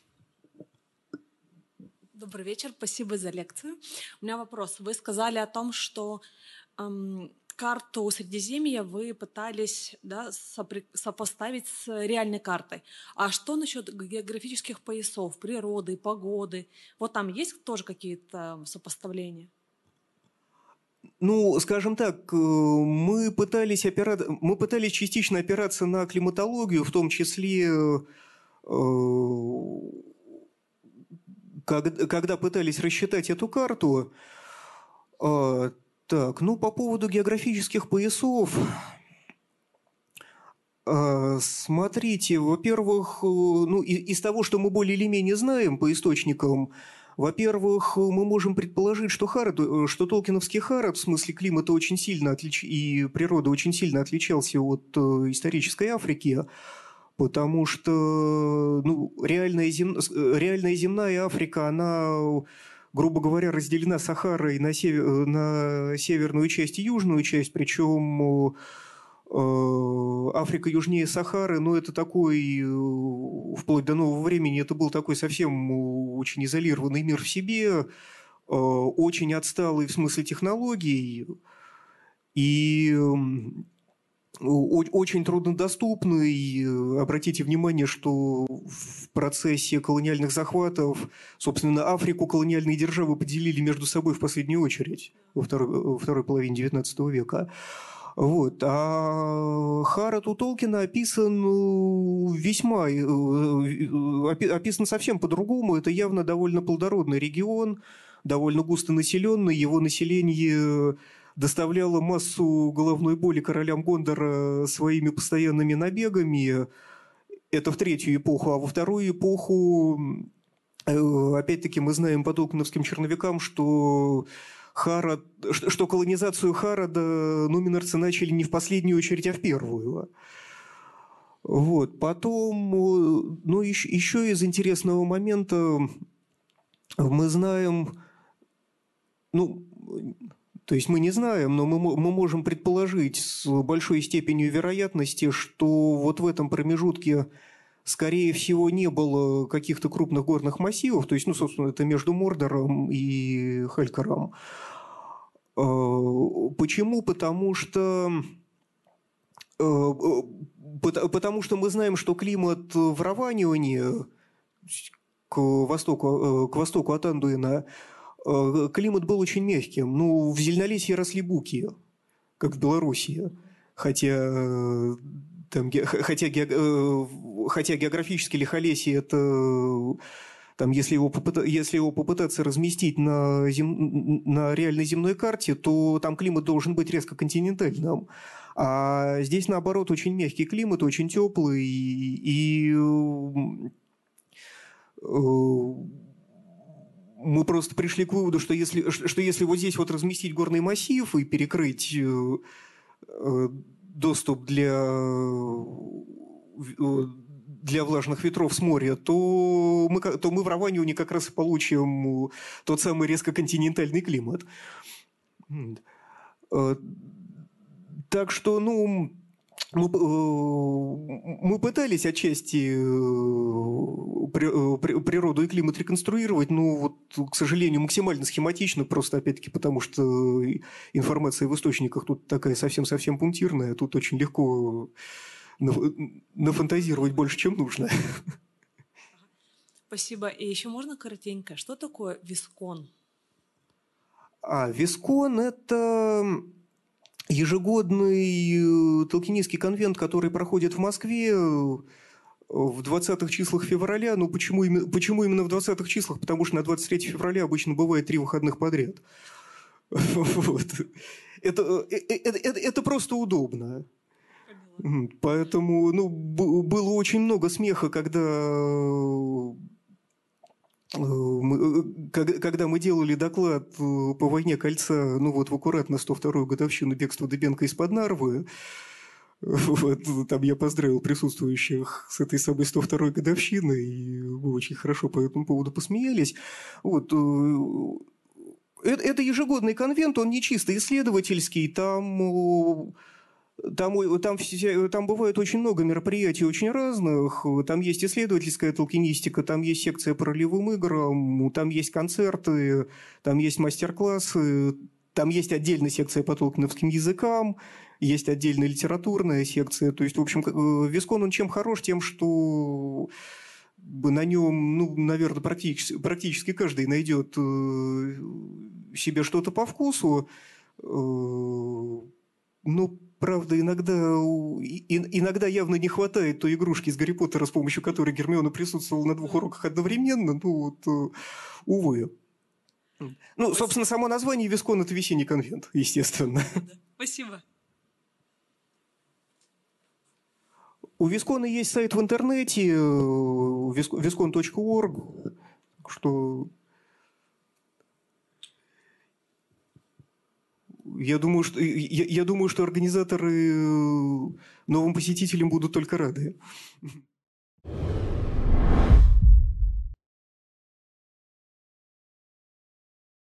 Добрый вечер, спасибо за лекцию. У меня вопрос. Вы сказали о том, что эм, карту Средиземья вы пытались, да, сопри- сопоставить с реальной картой. А что насчет географических поясов, природы, погоды? Вот там есть тоже какие-то сопоставления? Ну, скажем так, мы пытались, опира... мы пытались частично опираться на климатологию, в том числе... Когда пытались рассчитать эту карту, э, так, ну, по поводу географических поясов, э, смотрите, во-первых, э, ну, из, из того, что мы более или менее знаем по источникам, во-первых, мы можем предположить, что, Харрод, что толкиновский Харрод в смысле климата очень сильно отлич... и природы очень сильно отличался от э, исторической Африки, потому что, ну, реальная, зем... реальная земная Африка, она, грубо говоря, разделена Сахарой на, север... на северную часть и южную часть, причем э, Африка южнее Сахары, но это такой, вплоть до нового времени, это был такой совсем очень изолированный мир в себе, э, очень отсталый в смысле технологий и... очень труднодоступный. Обратите внимание, что в процессе колониальных захватов, собственно, Африку колониальные державы поделили между собой в последнюю очередь во второй, во второй половине девятнадцатого века. Вот. А Харрод у Толкина описан весьма, описан совсем по-другому. Это явно довольно плодородный регион, довольно густонаселенный. Его население доставляла массу головной боли королям Гондора своими постоянными набегами. Это в третью эпоху. А во вторую эпоху, опять-таки, мы знаем по толкиновским черновикам, что, Харрод, что колонизацию Харрода нуминорцы начали не в последнюю очередь, а в первую. Вот. Потом, ну, еще, еще из интересного момента мы знаем... Ну, то есть мы не знаем, но мы, мы можем предположить с большой степенью вероятности, что вот в этом промежутке, скорее всего, не было каких-то крупных горных массивов. То есть, ну, собственно, это между Мордором и Хелькором. Почему? Потому что... Потому что мы знаем, что климат в Раванионе, к востоку, к востоку от Андуина, климат был очень мягким. Ну, в Зеленолесье росли буки, как в Белоруссии. Хотя, там, хотя, хотя географически Лихолесье – это, там, если, его попыта, если его попытаться разместить на, зем, на реальной земной карте, то там климат должен быть резко континентальным. А здесь, наоборот, очень мягкий климат, очень теплый. И... и мы просто пришли к выводу, что если, что если вот здесь вот разместить горный массив и перекрыть доступ для, для влажных ветров с моря, то мы, то мы в Раванионе как раз и получим тот самый резко континентальный климат. Так что, ну... Мы, мы пытались отчасти природу и климат реконструировать, но, вот, к сожалению, максимально схематично, просто опять-таки потому, что информация в источниках тут такая совсем-совсем пунктирная, тут очень легко нафантазировать больше, чем нужно. Спасибо. И еще можно коротенько, что такое Вискон? А, Вискон – это... ежегодный толкинистский конвент, который проходит в Москве, в двадцатых числах февраля. Ну, почему, именно, почему именно в двадцатых числах? Потому что на двадцать третье февраля обычно бывает три выходных подряд. Вот. Это, это, это, это просто удобно. Поэтому ну, было очень много смеха, когда мы, когда мы делали доклад по войне кольца, ну вот в аккуратно сто вторую годовщину бегства Дыбенко из-под Нарвы. Вот, там я поздравил присутствующих с этой самой сто второй годовщиной, и мы очень хорошо по этому поводу посмеялись. Вот. Это, это ежегодный конвент, он не чисто исследовательский, там... Там, там, там бывает очень много мероприятий очень разных. Там есть исследовательская толкинистика, там есть секция по ролевым играм, там есть концерты, там есть мастер-классы, там есть отдельная секция по толкиновским языкам, есть отдельная литературная секция. То есть, в общем, Вискон, он чем хорош? Тем, что на нем, ну, наверное, практически, практически каждый найдет себе что-то по вкусу. Ну, правда, иногда, иногда явно не хватает той игрушки из Гарри Поттера, с помощью которой Гермиона присутствовала на двух уроках одновременно. Ну, вот, увы. Ну, собственно, само название Вискон – это весенний конвент, естественно. Спасибо. У Вискона есть сайт в интернете вискон точка орг, что... Я думаю, что, я, я думаю, что организаторы новым посетителям будут только рады.